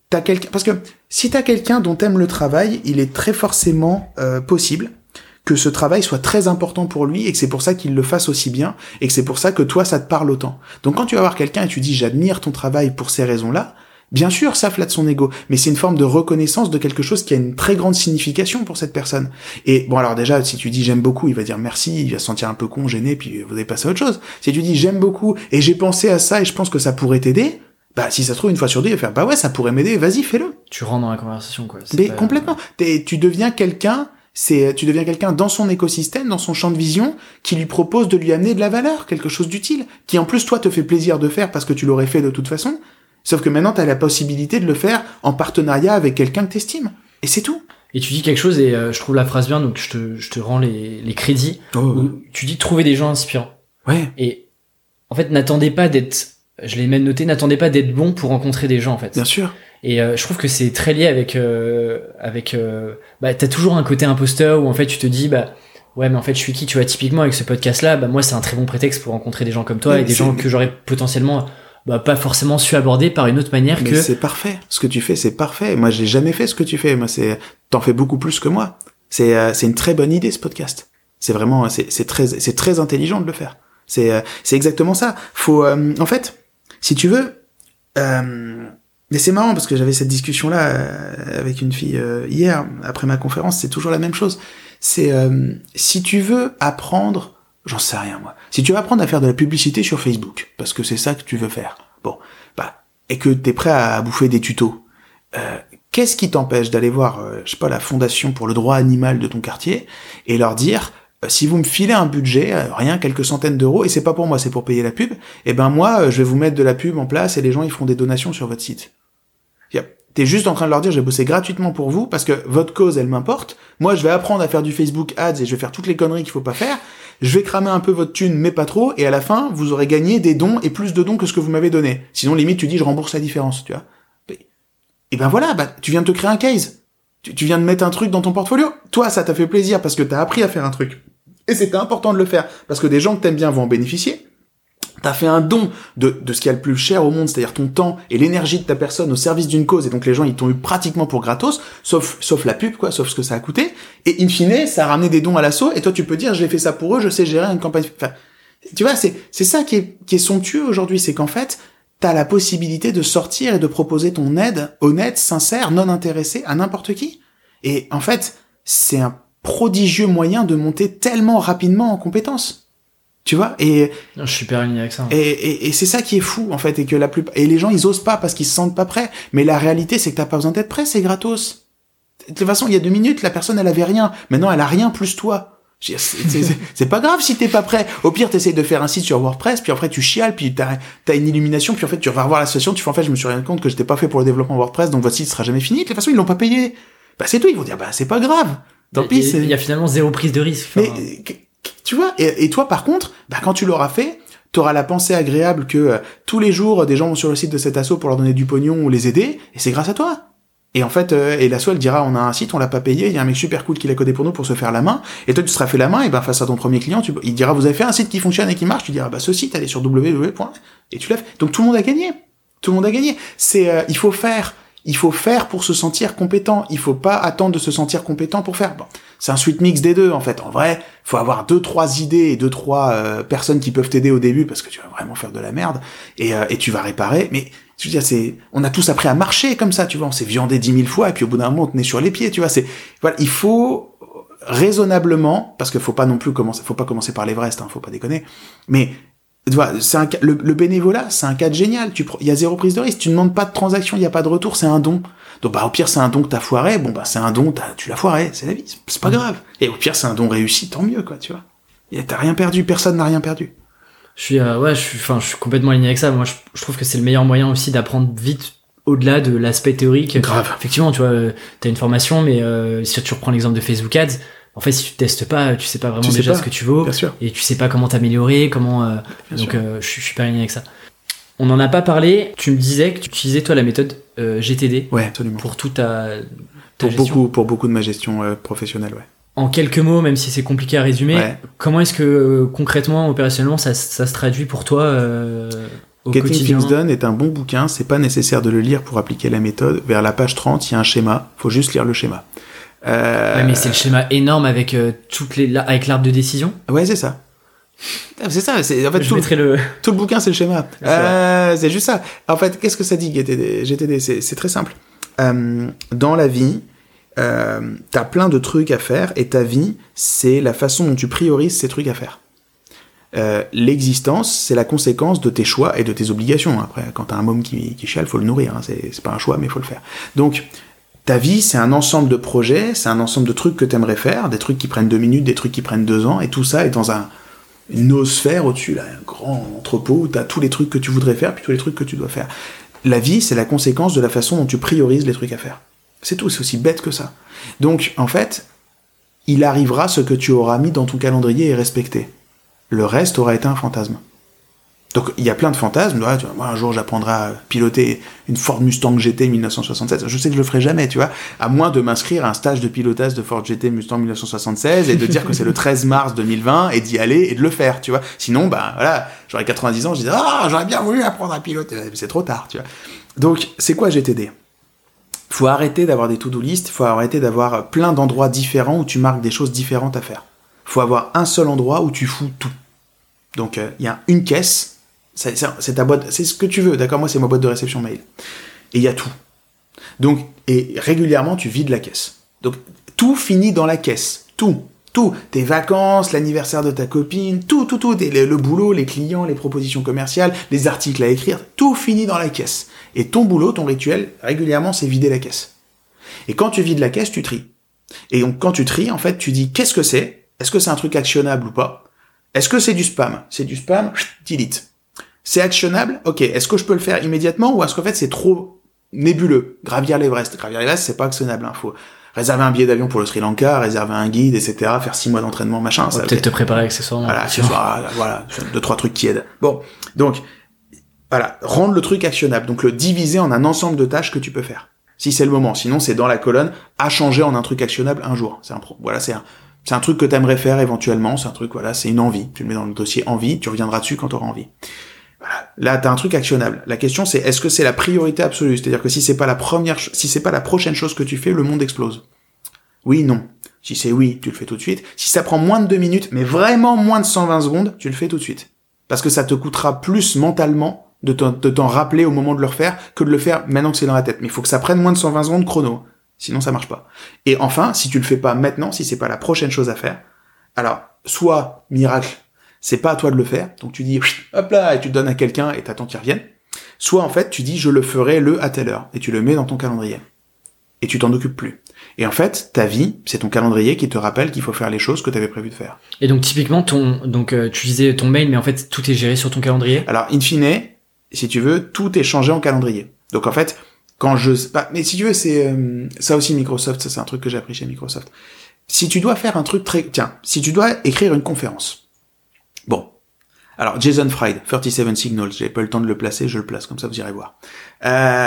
t'as quelqu'un, parce que si t'as quelqu'un dont t'aimes le travail, il est très forcément euh, possible que ce travail soit très important pour lui et que c'est pour ça qu'il le fasse aussi bien et que c'est pour ça que toi ça te parle autant. Donc quand tu vas voir quelqu'un et tu dis j'admire ton travail pour ces raisons-là, bien sûr ça flatte son ego, mais c'est une forme de reconnaissance de quelque chose qui a une très grande signification pour cette personne. Et bon alors déjà si tu dis j'aime beaucoup, il va dire merci, il va se sentir un peu con, gêné, puis vous allez passer à autre chose. Si tu dis j'aime beaucoup et j'ai pensé à ça et je pense que ça pourrait t'aider, bah si ça se trouve une fois sur deux il va faire bah ouais ça pourrait m'aider, vas-y fais-le. Tu rentres dans la conversation quoi. Mais pas... complètement. T'es, tu deviens quelqu'un. C'est, tu deviens quelqu'un dans son écosystème, dans son champ de vision, qui lui propose de lui amener de la valeur, quelque chose d'utile, qui en plus toi te fait plaisir de faire parce que tu l'aurais fait de toute façon, sauf que maintenant t'as la possibilité de le faire en partenariat avec quelqu'un que t'estimes. Et c'est tout. Et tu dis quelque chose et euh, je trouve la phrase bien, donc je te, je te rends les, les crédits. Oh. Où tu dis trouver des gens inspirants. Ouais. Et en fait, n'attendez pas d'être, je l'ai même noté, n'attendez pas d'être bon pour rencontrer des gens en fait. Bien sûr. Et euh, je trouve que c'est très lié avec euh, avec euh, bah t'as toujours un côté imposteur où en fait tu te dis bah ouais mais en fait je suis qui, tu vois, typiquement avec ce podcast là, bah moi c'est un très bon prétexte pour rencontrer des gens comme toi mais et des c'est... gens que j'aurais potentiellement bah pas forcément su aborder par une autre manière mais que c'est parfait, ce que tu fais c'est parfait. Moi j'ai jamais fait ce que tu fais, moi c'est t'en fais beaucoup plus que moi. C'est euh, c'est une très bonne idée ce podcast. C'est vraiment c'est c'est très c'est très intelligent de le faire. C'est euh, c'est exactement ça. Faut euh, en fait si tu veux euh, mais c'est marrant parce que j'avais cette discussion-là euh, avec une fille euh, hier, après ma conférence, c'est toujours la même chose. C'est, euh, si tu veux apprendre, j'en sais rien moi, si tu veux apprendre à faire de la publicité sur Facebook, parce que c'est ça que tu veux faire, bon, bah, et que t'es prêt à bouffer des tutos, euh, qu'est-ce qui t'empêche d'aller voir, euh, je sais pas, la fondation pour le droit animal de ton quartier, et leur dire, euh, si vous me filez un budget, euh, rien, quelques centaines d'euros, et c'est pas pour moi, c'est pour payer la pub, et ben moi, euh, je vais vous mettre de la pub en place, et les gens, ils feront des donations sur votre site. T'es juste en train de leur dire, j'ai bossé gratuitement pour vous, parce que votre cause, elle m'importe. Moi, je vais apprendre à faire du Facebook Ads et je vais faire toutes les conneries qu'il faut pas faire. Je vais cramer un peu votre thune, mais pas trop. Et à la fin, vous aurez gagné des dons et plus de dons que ce que vous m'avez donné. Sinon, limite, tu dis, je rembourse la différence, tu vois. Et ben voilà, bah, tu viens de te créer un case. Tu, tu viens de mettre un truc dans ton portfolio. Toi, ça t'a fait plaisir parce que t'as appris à faire un truc. Et c'était important de le faire. Parce que des gens que t'aimes bien vont en bénéficier. T'as fait un don de, de ce qu'il y a le plus cher au monde, c'est-à-dire ton temps et l'énergie de ta personne au service d'une cause, et donc les gens, ils t'ont eu pratiquement pour gratos, sauf, sauf la pub, quoi, sauf ce que ça a coûté, et in fine, ça a ramené des dons à l'assaut, et toi, tu peux dire, j'ai fait ça pour eux, je sais gérer une campagne, enfin, tu vois, c'est, c'est ça qui est, qui est somptueux aujourd'hui, c'est qu'en fait, t'as la possibilité de sortir et de proposer ton aide honnête, sincère, non intéressée à n'importe qui. Et en fait, c'est un prodigieux moyen de monter tellement rapidement en compétences. Tu vois, et je suis super aligné avec ça. Et, et, et c'est ça qui est fou en fait, et que la plupart et les gens ils osent pas parce qu'ils se sentent pas prêts. Mais la réalité c'est que t'as pas besoin d'être prêt, c'est gratos. De toute façon, il y a deux minutes, la personne elle avait rien. Maintenant elle a rien plus toi. C'est, c'est, c'est, c'est pas grave si t'es pas prêt. Au pire t'essayes de faire un site sur WordPress, puis après tu chiales, puis t'as, t'as une illumination, puis en fait tu vas revoir la situation, tu fais en fait je me suis rendu compte que j'étais pas fait pour le développement WordPress, donc votre site sera jamais fini. De toute façon ils l'ont pas payé. Bah c'est tout, ils vont dire bah c'est pas grave. Tant pis. Il y a finalement zéro prise de risque. Enfin... Mais tu vois, et, et toi par contre, bah quand tu l'auras fait, t'auras la pensée agréable que euh, tous les jours des gens vont sur le site de cet asso pour leur donner du pognon ou les aider, et c'est grâce à toi. Et en fait, euh, et l'asso elle dira on a un site, on l'a pas payé, il y a un mec super cool qui l'a codé pour nous pour se faire la main, et toi tu te seras fait la main, et ben face à ton premier client, tu, il dira vous avez fait un site qui fonctionne et qui marche, tu diras bah ce site allez sur w w w. Et tu l'as fait. Donc tout le monde a gagné. Tout le monde a gagné. C'est euh, il faut faire. Il faut faire pour se sentir compétent. Il faut pas attendre de se sentir compétent pour faire. Bon, c'est un sweet mix des deux en fait. En vrai, faut avoir deux trois idées et deux trois euh, personnes qui peuvent t'aider au début parce que tu vas vraiment faire de la merde et euh, et tu vas réparer. Mais je veux dire, c'est on a tous appris à marcher comme ça, tu vois. On s'est viandé dix mille fois et puis au bout d'un moment on tenait sur les pieds, tu vois. C'est voilà, il faut raisonnablement parce que faut pas non plus commencer, faut pas commencer par l'Everest, hein, faut pas déconner. Mais tu vois, c'est un, le, le bénévolat, c'est un cadre génial. Tu, il y a zéro prise de risque. Tu ne demandes pas de transaction, il y a pas de retour, c'est un don. Donc, bah, au pire, c'est un don que t'as foiré. Bon, bah, c'est un don, t'as, tu l'as foiré. C'est la vie. C'est, c'est pas grave. Et au pire, c'est un don réussi, tant mieux, quoi, tu vois. Et t'as rien perdu. Personne n'a rien perdu. Je suis, euh, ouais, je suis, enfin, je suis complètement aligné avec ça. Moi, je, je trouve que c'est le meilleur moyen aussi d'apprendre vite au-delà de l'aspect théorique. Grave. Effectivement, tu vois, t'as une formation, mais euh, si tu reprends l'exemple de Facebook Ads, en fait, si tu testes pas, tu sais pas vraiment déjà pas. ce que tu vaux, et tu sais pas comment t'améliorer, comment. Euh, donc, euh, je, je suis pas aligné avec ça. On n'en a pas parlé. Tu me disais que tu utilisais toi la méthode euh, G T D. Ouais, absolument. Pour toute ta, ta pour gestion. beaucoup, pour beaucoup de ma gestion euh, professionnelle, ouais. En quelques mots, même si c'est compliqué à résumer, ouais. comment est-ce que euh, concrètement, opérationnellement, ça, ça se traduit pour toi euh... au Getting quotidien. Things Done est un bon bouquin, c'est pas nécessaire de le lire pour appliquer la méthode. Vers la page trente, il y a un schéma, faut juste lire le schéma. Euh... Ouais, mais c'est le schéma énorme avec euh, toutes les avec l'arbre de décision. Ouais, c'est ça. C'est ça, c'est en fait Je tout, mettrai le... le tout le bouquin, c'est le schéma. C'est, euh, c'est juste ça. En fait, qu'est-ce que ça dit G T D, G T D c'est, c'est très simple. Euh, dans la vie, euh, t'as plein de trucs à faire et ta vie, c'est la façon dont tu priorises ces trucs à faire. Euh, l'existence, c'est la conséquence de tes choix et de tes obligations. Après, quand t'as un môme qui, qui chiale, faut le nourrir. Hein. C'est, c'est pas un choix, mais faut le faire. Donc, ta vie, c'est un ensemble de projets, c'est un ensemble de trucs que t'aimerais faire, des trucs qui prennent deux minutes, des trucs qui prennent deux ans, et tout ça est dans un une noosphère au-dessus, là, un grand entrepôt où t'as tous les trucs que tu voudrais faire, puis tous les trucs que tu dois faire. La vie, c'est la conséquence de la façon dont tu priorises les trucs à faire. C'est tout, c'est aussi bête que ça. Donc, en fait, il arrivera ce que tu auras mis dans ton calendrier et respecté. Le reste aura été un fantasme. Donc, il y a plein de fantasmes. Ouais, tu vois, moi, un jour, j'apprendrai à piloter une Ford Mustang G T dix-neuf cent soixante-seize. Je sais que je le ferai jamais, tu vois. À moins de m'inscrire à un stage de pilotage de Ford G T Mustang dix-neuf cent soixante-seize et de dire que c'est le treize mars deux mille vingt et d'y aller et de le faire, tu vois. Sinon, bah, voilà, j'aurais quatre-vingt-dix ans, je disais, ah, j'aurais bien voulu apprendre à piloter. Mais c'est trop tard, tu vois. Donc, c'est quoi G T D? Faut arrêter d'avoir des to-do list, faut arrêter d'avoir plein d'endroits différents où tu marques des choses différentes à faire. Faut avoir un seul endroit où tu fous tout. Donc, il euh, y a une caisse. C'est, c'est, c'est ta boîte, c'est ce que tu veux, d'accord? Moi, c'est ma boîte de réception mail. Et il y a tout. Donc, et régulièrement, tu vides la caisse. Donc, tout finit dans la caisse. Tout. Tout. Tes vacances, l'anniversaire de ta copine, tout, tout, tout. Le, le boulot, les clients, les propositions commerciales, les articles à écrire, tout finit dans la caisse. Et ton boulot, ton rituel, régulièrement, c'est vider la caisse. Et quand tu vides la caisse, tu tries. Et donc, quand tu tries, en fait, tu dis, qu'est-ce que c'est? Est-ce que c'est un truc actionnable ou pas? Est-ce que c'est du spam? C'est du spam, delete. C'est actionnable? Ok. Est-ce que je peux le faire immédiatement ou est-ce qu'en fait c'est trop nébuleux? Gravir l'Everest. Gravir l'Everest, c'est pas actionnable. Hein. Faut réserver un billet d'avion pour le Sri Lanka, réserver un guide, et cetera. Faire six mois d'entraînement, machin. On ça va peut-être te préparer accessoirement. Voilà, accessoires, voilà, deux, trois trucs qui aident. Bon. Donc, voilà. Rendre le truc actionnable. Donc, le diviser en un ensemble de tâches que tu peux faire. Si c'est le moment. Sinon, c'est dans la colonne à changer en un truc actionnable un jour. C'est un pro. Voilà, c'est un, c'est un truc que t'aimerais faire éventuellement. C'est un truc, voilà, c'est une envie. Tu le mets dans le dossier envie. Tu reviendras dessus quand t'auras envie. Voilà. Là, t'as un truc actionnable. La question, c'est est-ce que c'est la priorité absolue? C'est-à-dire que si c'est pas la première, si c'est pas la prochaine chose que tu fais, le monde explose. Oui, non. Si c'est oui, tu le fais tout de suite. Si ça prend moins de deux minutes, mais vraiment moins de cent vingt secondes, tu le fais tout de suite. Parce que ça te coûtera plus mentalement de t'en, de t'en rappeler au moment de le refaire que de le faire maintenant que c'est dans la tête. Mais il faut que ça prenne moins de cent vingt secondes chrono. Sinon, ça marche pas. Et enfin, si tu le fais pas maintenant, si c'est pas la prochaine chose à faire, alors, soit, miracle, c'est pas à toi de le faire, donc tu dis, hop là, et tu le donnes à quelqu'un et t'attends qu'il revienne. Soit, en fait, tu dis, je le ferai le à telle heure, et tu le mets dans ton calendrier. Et tu t'en occupes plus. Et en fait, ta vie, c'est ton calendrier qui te rappelle qu'il faut faire les choses que tu avais prévu de faire. Et donc, typiquement, ton, donc, euh, tu disais ton mail, mais en fait, tout est géré sur ton calendrier? Alors, in fine, si tu veux, tout est changé en calendrier. Donc, en fait, quand je, bah, mais si tu veux, c'est, euh, ça aussi Microsoft, ça c'est un truc que j'ai appris chez Microsoft. Si tu dois faire un truc très, tiens, si tu dois écrire une conférence. Bon. Alors, Jason Fried, trente-sept Signals, j'ai pas eu le temps de le placer, je le place, comme ça vous irez voir. Euh,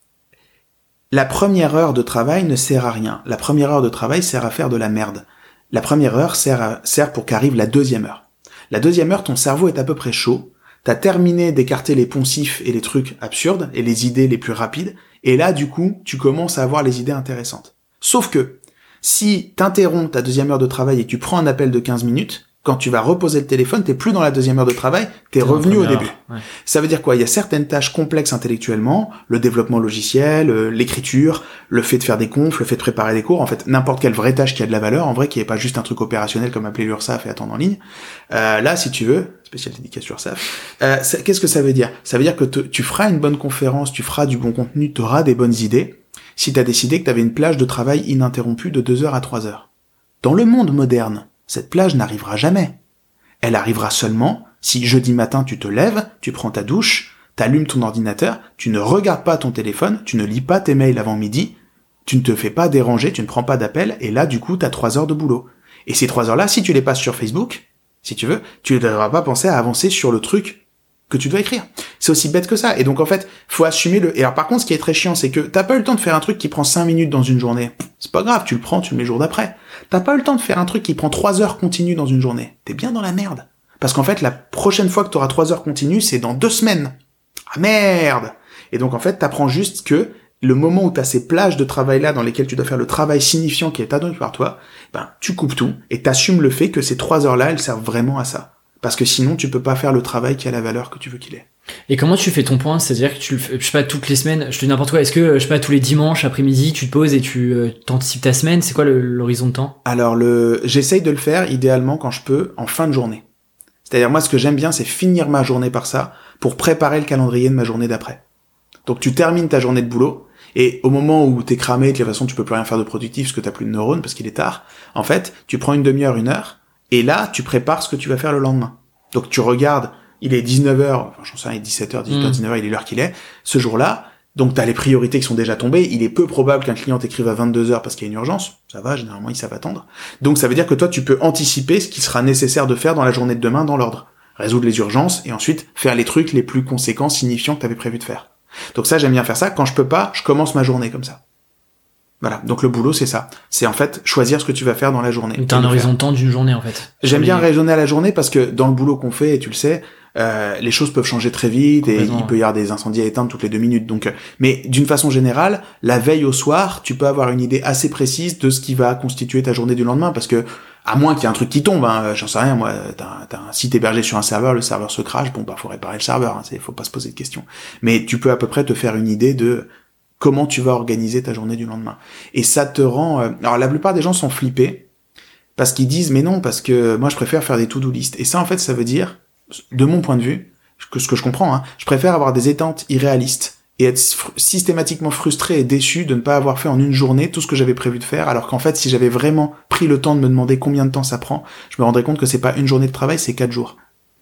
la première heure de travail ne sert à rien. La première heure de travail sert à faire de la merde. La première heure sert à, sert pour qu'arrive la deuxième heure. La deuxième heure, ton cerveau est à peu près chaud. T'as terminé d'écarter les poncifs et les trucs absurdes et les idées les plus rapides. Et là, du coup, tu commences à avoir les idées intéressantes. Sauf que, si t'interromps ta deuxième heure de travail et tu prends un appel de quinze minutes, quand tu vas reposer le téléphone, t'es plus dans la deuxième heure de travail, t'es revenu au début. Ouais. Ça veut dire quoi? Il y a certaines tâches complexes intellectuellement, le développement logiciel, euh, l'écriture, le fait de faire des confs, le fait de préparer des cours, en fait, n'importe quelle vraie tâche qui a de la valeur, en vrai, qui est pas juste un truc opérationnel comme appeler l'URSSAF et attendre en ligne. Euh, là, si tu veux, spécial dédicace URSSAF, euh, ça, qu'est-ce que ça veut dire? Ça veut dire que te, tu feras une bonne conférence, tu feras du bon contenu, tu auras des bonnes idées, si t'as décidé que t'avais une plage de travail ininterrompue de deux heures à trois heures. Dans le monde moderne, cette plage n'arrivera jamais. Elle arrivera seulement si jeudi matin tu te lèves, tu prends ta douche, t'allumes ton ordinateur, tu ne regardes pas ton téléphone, tu ne lis pas tes mails avant midi, tu ne te fais pas déranger, tu ne prends pas d'appel, et là du coup t'as trois heures de boulot. Et ces trois heures-là, si tu les passes sur Facebook, si tu veux, tu ne devras pas penser à avancer sur le truc que tu dois écrire. C'est aussi bête que ça. Et donc en fait, faut assumer le... Et alors par contre, ce qui est très chiant, c'est que t'as pas eu le temps de faire un truc qui prend cinq minutes dans une journée. C'est pas grave, tu le prends, tu le mets le jour d'après. T'as pas eu le temps de faire un truc qui prend trois heures continues dans une journée. T'es bien dans la merde. Parce qu'en fait, la prochaine fois que t'auras trois heures continues, c'est dans deux semaines. ah merde. Et donc en fait, t'apprends juste que le moment où t'as ces plages de travail là dans lesquelles tu dois faire le travail signifiant qui est attendu par toi, ben tu coupes tout et t'assumes le fait que ces trois heures là, elles servent vraiment à ça. Parce que sinon, tu peux pas faire le travail qui a la valeur que tu veux qu'il ait. Et comment tu fais ton point? C'est-à-dire que tu le fais, je sais pas, toutes les semaines, je te dis n'importe quoi, est-ce que, je sais pas, tous les dimanches après-midi, tu te poses et tu euh, t'anticipes ta semaine? C'est quoi le, l'horizon de temps? Alors, le, j'essaye de le faire, idéalement, quand je peux, en fin de journée. C'est-à-dire, moi, ce que j'aime bien, c'est finir ma journée par ça, pour préparer le calendrier de ma journée d'après. Donc, tu termines ta journée de boulot, et au moment où t'es cramé, de toute façon, tu peux plus rien faire de productif, parce que t'as plus de neurones, parce qu'il est tard, en fait, tu prends une demi-heure, une heure, et là, tu prépares ce que tu vas faire le lendemain. Donc tu regardes, il est dix-neuf heures, enfin j'en sais rien, dix-sept heures, dix-huit heures, dix-neuf heures, il est l'heure qu'il est, ce jour-là, donc t'as les priorités qui sont déjà tombées, il est peu probable qu'un client t'écrive à vingt-deux heures parce qu'il y a une urgence, ça va, généralement ils savent attendre. Donc ça veut dire que toi tu peux anticiper ce qui sera nécessaire de faire dans la journée de demain dans l'ordre. Résoudre les urgences et ensuite faire les trucs les plus conséquents, signifiants que t'avais prévu de faire. Donc ça j'aime bien faire ça, quand je peux pas, je commence ma journée comme ça. Voilà, donc le boulot c'est ça, c'est en fait choisir ce que tu vas faire dans la journée. T'as un horizon de temps d'une journée en fait. J'aime bien raisonner à la journée parce que dans le boulot qu'on fait, et tu le sais, euh, les choses peuvent changer très vite et il peut y avoir des incendies à éteindre toutes les deux minutes. Donc, mais d'une façon générale, la veille au soir, tu peux avoir une idée assez précise de ce qui va constituer ta journée du lendemain parce que à moins qu'il y ait un truc qui tombe, hein, j'en sais rien, moi, t'as, t'as un site hébergé sur un serveur, le serveur se crache, bon bah faut réparer le serveur, hein, c'est, faut pas se poser de questions. Mais tu peux à peu près te faire une idée de comment tu vas organiser ta journée du lendemain. Et ça te rend... Euh... Alors la plupart des gens sont flippés parce qu'ils disent mais non, parce que moi je préfère faire des to-do list. Et ça en fait ça veut dire, de mon point de vue, que ce que je comprends, hein, je préfère avoir des attentes irréalistes et être fr- systématiquement frustré et déçu de ne pas avoir fait en une journée tout ce que j'avais prévu de faire, alors qu'en fait si j'avais vraiment pris le temps de me demander combien de temps ça prend, je me rendrais compte que c'est pas une journée de travail, c'est quatre jours.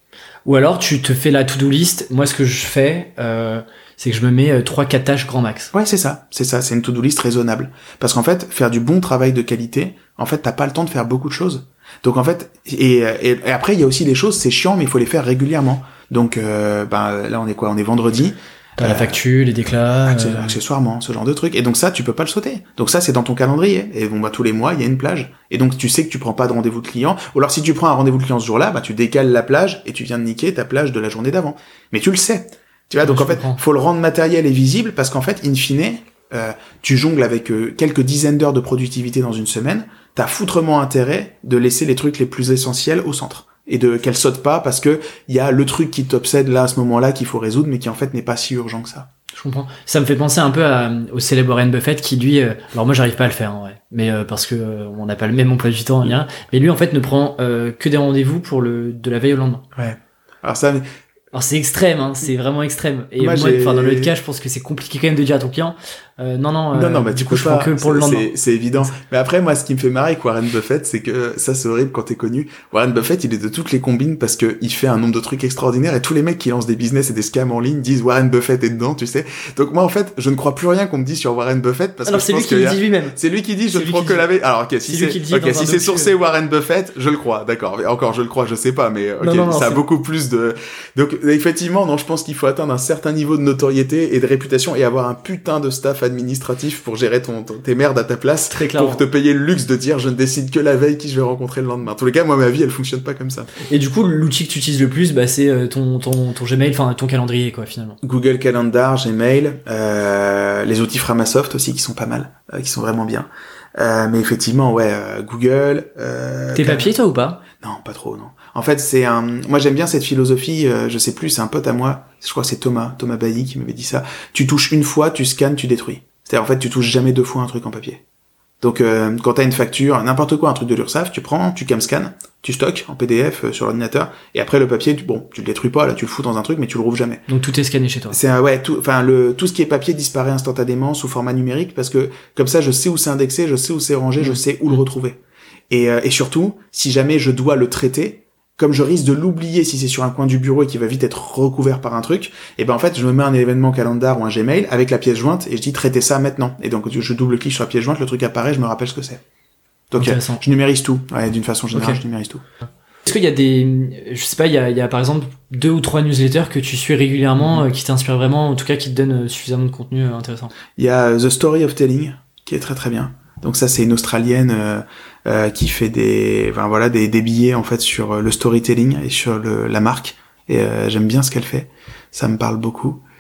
Ou alors tu te fais la to-do list. Moi ce que je fais, euh, c'est que je me mets trois quatre tâches grand max. Ouais, c'est ça, c'est ça, c'est une to-do list raisonnable. Parce qu'en fait, faire du bon travail de qualité, en fait, t'as pas le temps de faire beaucoup de choses. Donc en fait, et, et, et après il y a aussi des choses, c'est chiant, mais il faut les faire régulièrement. Donc euh, ben là on est quoi, on est vendredi. T'as euh, la facture, les déclats, euh... accessoirement, ce genre de trucs. Et donc ça, tu peux pas le sauter. Donc ça, c'est dans ton calendrier. Et bon bah tous les mois, il y a une plage. Et donc tu sais que tu prends pas de rendez-vous de client. Ou alors si tu prends un rendez-vous de client ce jour-là, bah tu décales la plage et tu viens de niquer ta plage de la journée d'avant. Mais tu le sais. Tu vois, donc en fait, comprends. Faut le rendre matériel et visible parce qu'en fait, in fine, euh, tu jongles avec euh, quelques dizaines d'heures de productivité dans une semaine. T'as foutrement intérêt de laisser les trucs les plus essentiels au centre. Et de qu'elle saute pas parce que il y a le truc qui t'obsède là à ce moment-là qu'il faut résoudre mais qui en fait n'est pas si urgent que ça. Je comprends. Ça me fait penser un peu à, au célèbre Warren Buffett qui lui, euh, alors moi j'arrive pas à le faire en vrai, mais euh, parce que euh, on n'a pas le même emploi du temps, rien. Mais lui en fait ne prend euh, que des rendez-vous pour le de la veille au lendemain. Ouais. Alors ça. Alors c'est extrême, hein, c'est vraiment extrême. Et moi, moi enfin dans le cas, je pense que c'est compliqué quand même de dire à ton client, euh, non non. Euh, non non, bah du coup je prends que pour le lendemain. C'est, c'est évident. Mais après moi, ce qui me fait marrer avec Warren Buffett, c'est que ça c'est horrible quand t'es connu. Warren Buffett, il est de toutes les combines parce que il fait un nombre de trucs extraordinaires et tous les mecs qui lancent des business et des scams en ligne disent Warren Buffett est dedans, tu sais. Donc moi en fait, je ne crois plus rien qu'on me dise sur Warren Buffett parce Alors, que c'est je lui pense qui le a... dit lui-même. C'est lui qui dit je c'est ne prends que la veille. Alors ok, si c'est, c'est ok, si c'est sourcé Warren Buffett, je le crois, d'accord. Mais encore je le crois, je sais pas, mais ok, non, non, non, ça a beaucoup plus de. Donc effectivement, non, je pense qu'il faut atteindre un certain niveau de notoriété et de réputation et avoir un putain de staff administratif pour gérer ton, ton tes merdes à ta place. Très clairement. Pour te payer le luxe de dire je ne décide que la veille qui je vais rencontrer le lendemain. En tous les cas, moi ma vie elle fonctionne pas comme ça. Et du coup, l'outil que tu utilises le plus, bah c'est ton ton ton Gmail, enfin ton calendrier quoi finalement. Google Calendar, Gmail, euh, les outils Framasoft aussi qui sont pas mal, euh, qui sont vraiment bien. Euh, mais effectivement, ouais, euh, Google. Euh, T'es papier toi ou pas? Non, pas trop, non. En fait, c'est un. Moi, j'aime bien cette philosophie. Euh, je sais plus, c'est un pote à moi. Je crois que c'est Thomas, Thomas Bailly qui m'avait dit ça. Tu touches une fois, tu scannes, tu détruis. C'est-à-dire, en fait, tu touches jamais deux fois un truc en papier. Donc, euh, quand t'as une facture, n'importe quoi, un truc de l'URSSAF, tu prends, tu camscannes, tu stockes en P D F euh, sur l'ordinateur, et après le papier, tu, bon, tu le détruis pas, là, tu le fous dans un truc, mais tu le rouvres jamais. Donc tout est scanné chez toi. C'est un, ouais, tout, enfin le tout ce qui est papier disparaît instantanément sous format numérique parce que comme ça, je sais où c'est indexé, je sais où c'est rangé, mmh. je sais où mmh. le retrouver. Et, euh, et surtout, si jamais je dois le traiter, comme je risque de l'oublier si c'est sur un coin du bureau et qu'il va vite être recouvert par un truc, et ben en fait, je me mets un événement calendar ou un Gmail avec la pièce jointe et je dis traitez ça maintenant. Et donc je double-clique sur la pièce jointe, le truc apparaît, je me rappelle ce que c'est. Donc euh, je numérise tout. Ouais, d'une façon générale, okay. je numérise tout. Est-ce qu'il y a des, je sais pas, il y a, il y a par exemple deux ou trois newsletters que tu suis régulièrement, mmh. euh, qui t'inspirent vraiment, en tout cas qui te donnent suffisamment de contenu euh, intéressant? Il y a The Story of Telling qui est très très bien. Donc ça c'est une Australienne euh, euh, qui fait des, enfin voilà, des, des billets en fait sur le storytelling et sur le, la marque. Et euh, j'aime bien ce qu'elle fait. Ça me parle beaucoup.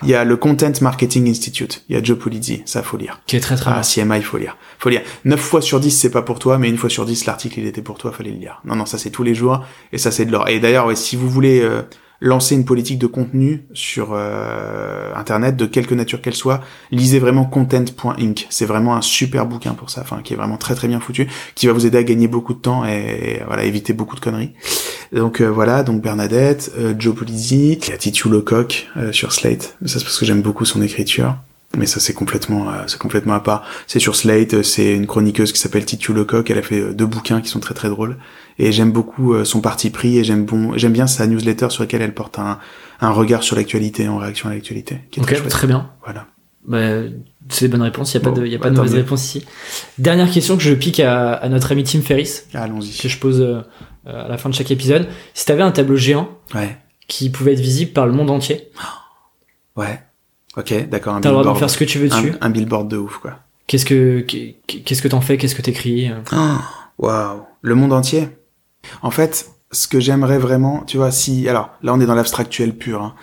Il y a le Content Marketing Institute. Il y a Joe Pulizzi. Ça, faut lire. Qui est très très ah, bien. C M I, il faut lire. Faut lire. neuf fois sur dix, c'est pas pour toi, mais une fois sur dix, l'article, il était pour toi, fallait le lire. Non, non, ça, c'est tous les jours. Et ça, c'est de l'or. Et d'ailleurs, ouais, si vous voulez, euh, lancer une politique de contenu sur euh, Internet, de quelque nature qu'elle soit, lisez vraiment content point inc. C'est vraiment un super bouquin pour ça, enfin qui est vraiment très très bien foutu, qui va vous aider à gagner beaucoup de temps et, et voilà, éviter beaucoup de conneries. Donc euh, voilà, donc Bernadette, euh, Joe Pulizzi, il y a Titu Lecoq euh, sur Slate. Ça c'est parce que j'aime beaucoup son écriture. Mais ça c'est complètement euh, c'est complètement à part. C'est sur Slate, c'est une chroniqueuse qui s'appelle Titu Lecoq, elle a fait euh, deux bouquins qui sont très très drôles et j'aime beaucoup euh, son parti pris et j'aime bon j'aime bien sa newsletter sur laquelle elle porte un un regard sur l'actualité en réaction à l'actualité qui est Ok, très chouette. très bien. Voilà. Bah, c'est des bonnes réponses, il n'y a Bon, pas de, y a bah, pas de tant mauvaise mieux. réponse ici. Dernière question que je pique à, à notre ami Tim Ferriss, Ah, allons-y. que je pose euh, à la fin de chaque épisode. Si t'avais un tableau géant Ouais. qui pouvait être visible par le monde entier, Ouais. Ok, d'accord, un t'as le droit billboard. d'en faire ce que tu veux dessus. un, un billboard de ouf quoi. Qu'est-ce que qu'est-ce que t'en fais, qu'est-ce que t'écris? Oh, waouh, le monde entier. En fait, ce que j'aimerais vraiment, tu vois, si alors là on est dans l'abstractuel pur. Hein.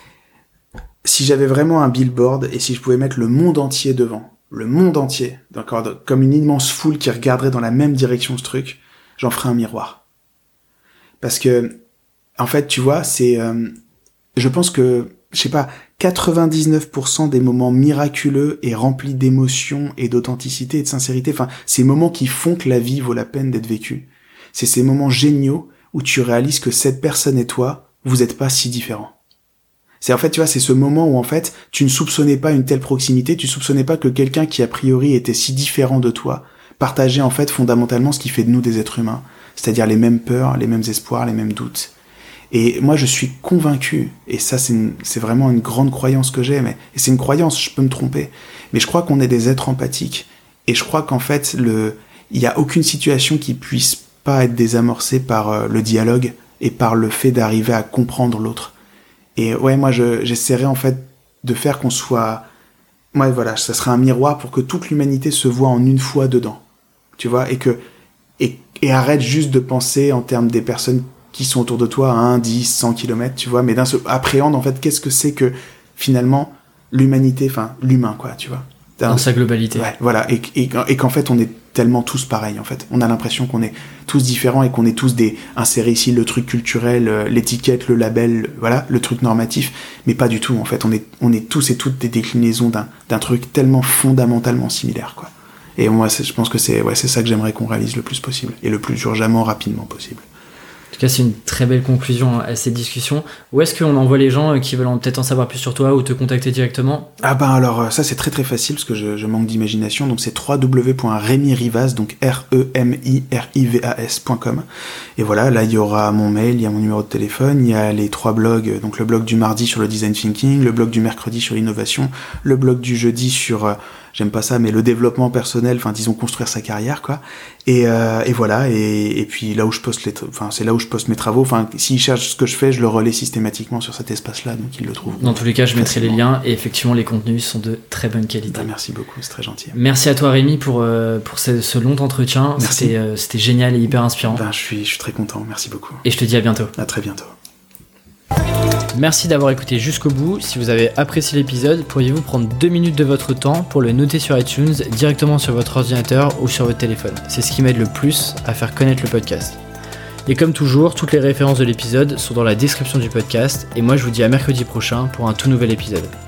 Si j'avais vraiment un billboard et si je pouvais mettre le monde entier devant, le monde entier, d'accord, comme une immense foule qui regarderait dans la même direction ce truc, j'en ferais un miroir. Parce que, en fait, tu vois, c'est, euh, je pense que, je sais pas, quatre-vingt-dix-neuf pour cent des moments miraculeux et remplis d'émotions et d'authenticité et de sincérité, enfin, ces moments qui font que la vie vaut la peine d'être vécue, c'est ces moments géniaux où tu réalises que cette personne et toi, vous êtes pas si différents. C'est en fait, tu vois, c'est ce moment où en fait, tu ne soupçonnais pas une telle proximité, tu soupçonnais pas que quelqu'un qui a priori était si différent de toi partageait en fait fondamentalement ce qui fait de nous des êtres humains, c'est-à-dire les mêmes peurs, les mêmes espoirs, les mêmes doutes. Et moi, je suis convaincu, et ça, c'est, une, c'est vraiment une grande croyance que j'ai, mais et c'est une croyance, je peux me tromper, mais je crois qu'on est des êtres empathiques, et je crois qu'en fait, le, il y a aucune situation qui puisse pas être désamorcée par euh, le dialogue et par le fait d'arriver à comprendre l'autre. Et ouais, moi, je, j'essaierais en fait de faire qu'on soit, ouais, voilà, ça serait un miroir pour que toute l'humanité se voit en une fois dedans, tu vois, et que et, et arrête juste de penser en termes des personnes qui sont autour de toi à un, dix, cent kilomètres, tu vois, mais d'un seul, appréhende en fait qu'est-ce que c'est que finalement l'humanité, enfin l'humain, quoi, tu vois. Dans un, sa globalité. Ouais, voilà, et, et, et qu'en fait on est tellement tous pareils, en fait. On a l'impression qu'on est tous différents et qu'on est tous des insérés ici, le truc culturel, l'étiquette, le label, voilà, le truc normatif, mais pas du tout, en fait. On est, on est tous et toutes des déclinaisons d'un, d'un truc tellement fondamentalement similaire, quoi. Et moi, je pense que c'est, ouais, c'est ça que j'aimerais qu'on réalise le plus possible, et le plus urgemment, rapidement possible. En tout cas, c'est une très belle conclusion à cette discussion. Où est-ce qu'on envoie les gens qui veulent peut-être en savoir plus sur toi ou te contacter directement ? Ah ben alors, ça c'est très très facile parce que je, je manque d'imagination. Donc c'est w w w point rémi rivas, donc R E M I R I V A S point com. Et voilà, là il y aura mon mail, il y a mon numéro de téléphone, il y a les trois blogs. Donc le blog du mardi sur le design thinking, le blog du mercredi sur l'innovation, le blog du jeudi sur... Euh, j'aime pas ça, mais le développement personnel, enfin disons construire sa carrière, quoi. Et, euh, et voilà, et, et puis là où je poste les, enfin c'est là où je poste mes travaux. Enfin, s'ils cherchent ce que je fais, je le relais systématiquement sur cet espace-là, donc ils le trouvent. Dans tous les cas, je mettrai les liens et effectivement les contenus sont de très bonne qualité. Bah, merci beaucoup, c'est très gentil. Merci à toi Rémi pour euh, pour ce, ce long entretien. Merci. C'était euh, c'était génial et hyper inspirant. Ben je suis je suis très content, merci beaucoup. Et je te dis à bientôt. À très bientôt. Merci d'avoir écouté jusqu'au bout. Si vous avez apprécié l'épisode, pourriez-vous prendre deux minutes de votre temps pour le noter sur iTunes, directement sur votre ordinateur ou sur votre téléphone. C'est ce qui m'aide le plus à faire connaître le podcast. Et comme toujours, toutes les références de l'épisode sont dans la description du podcast. Et moi, je vous dis à mercredi prochain pour un tout nouvel épisode.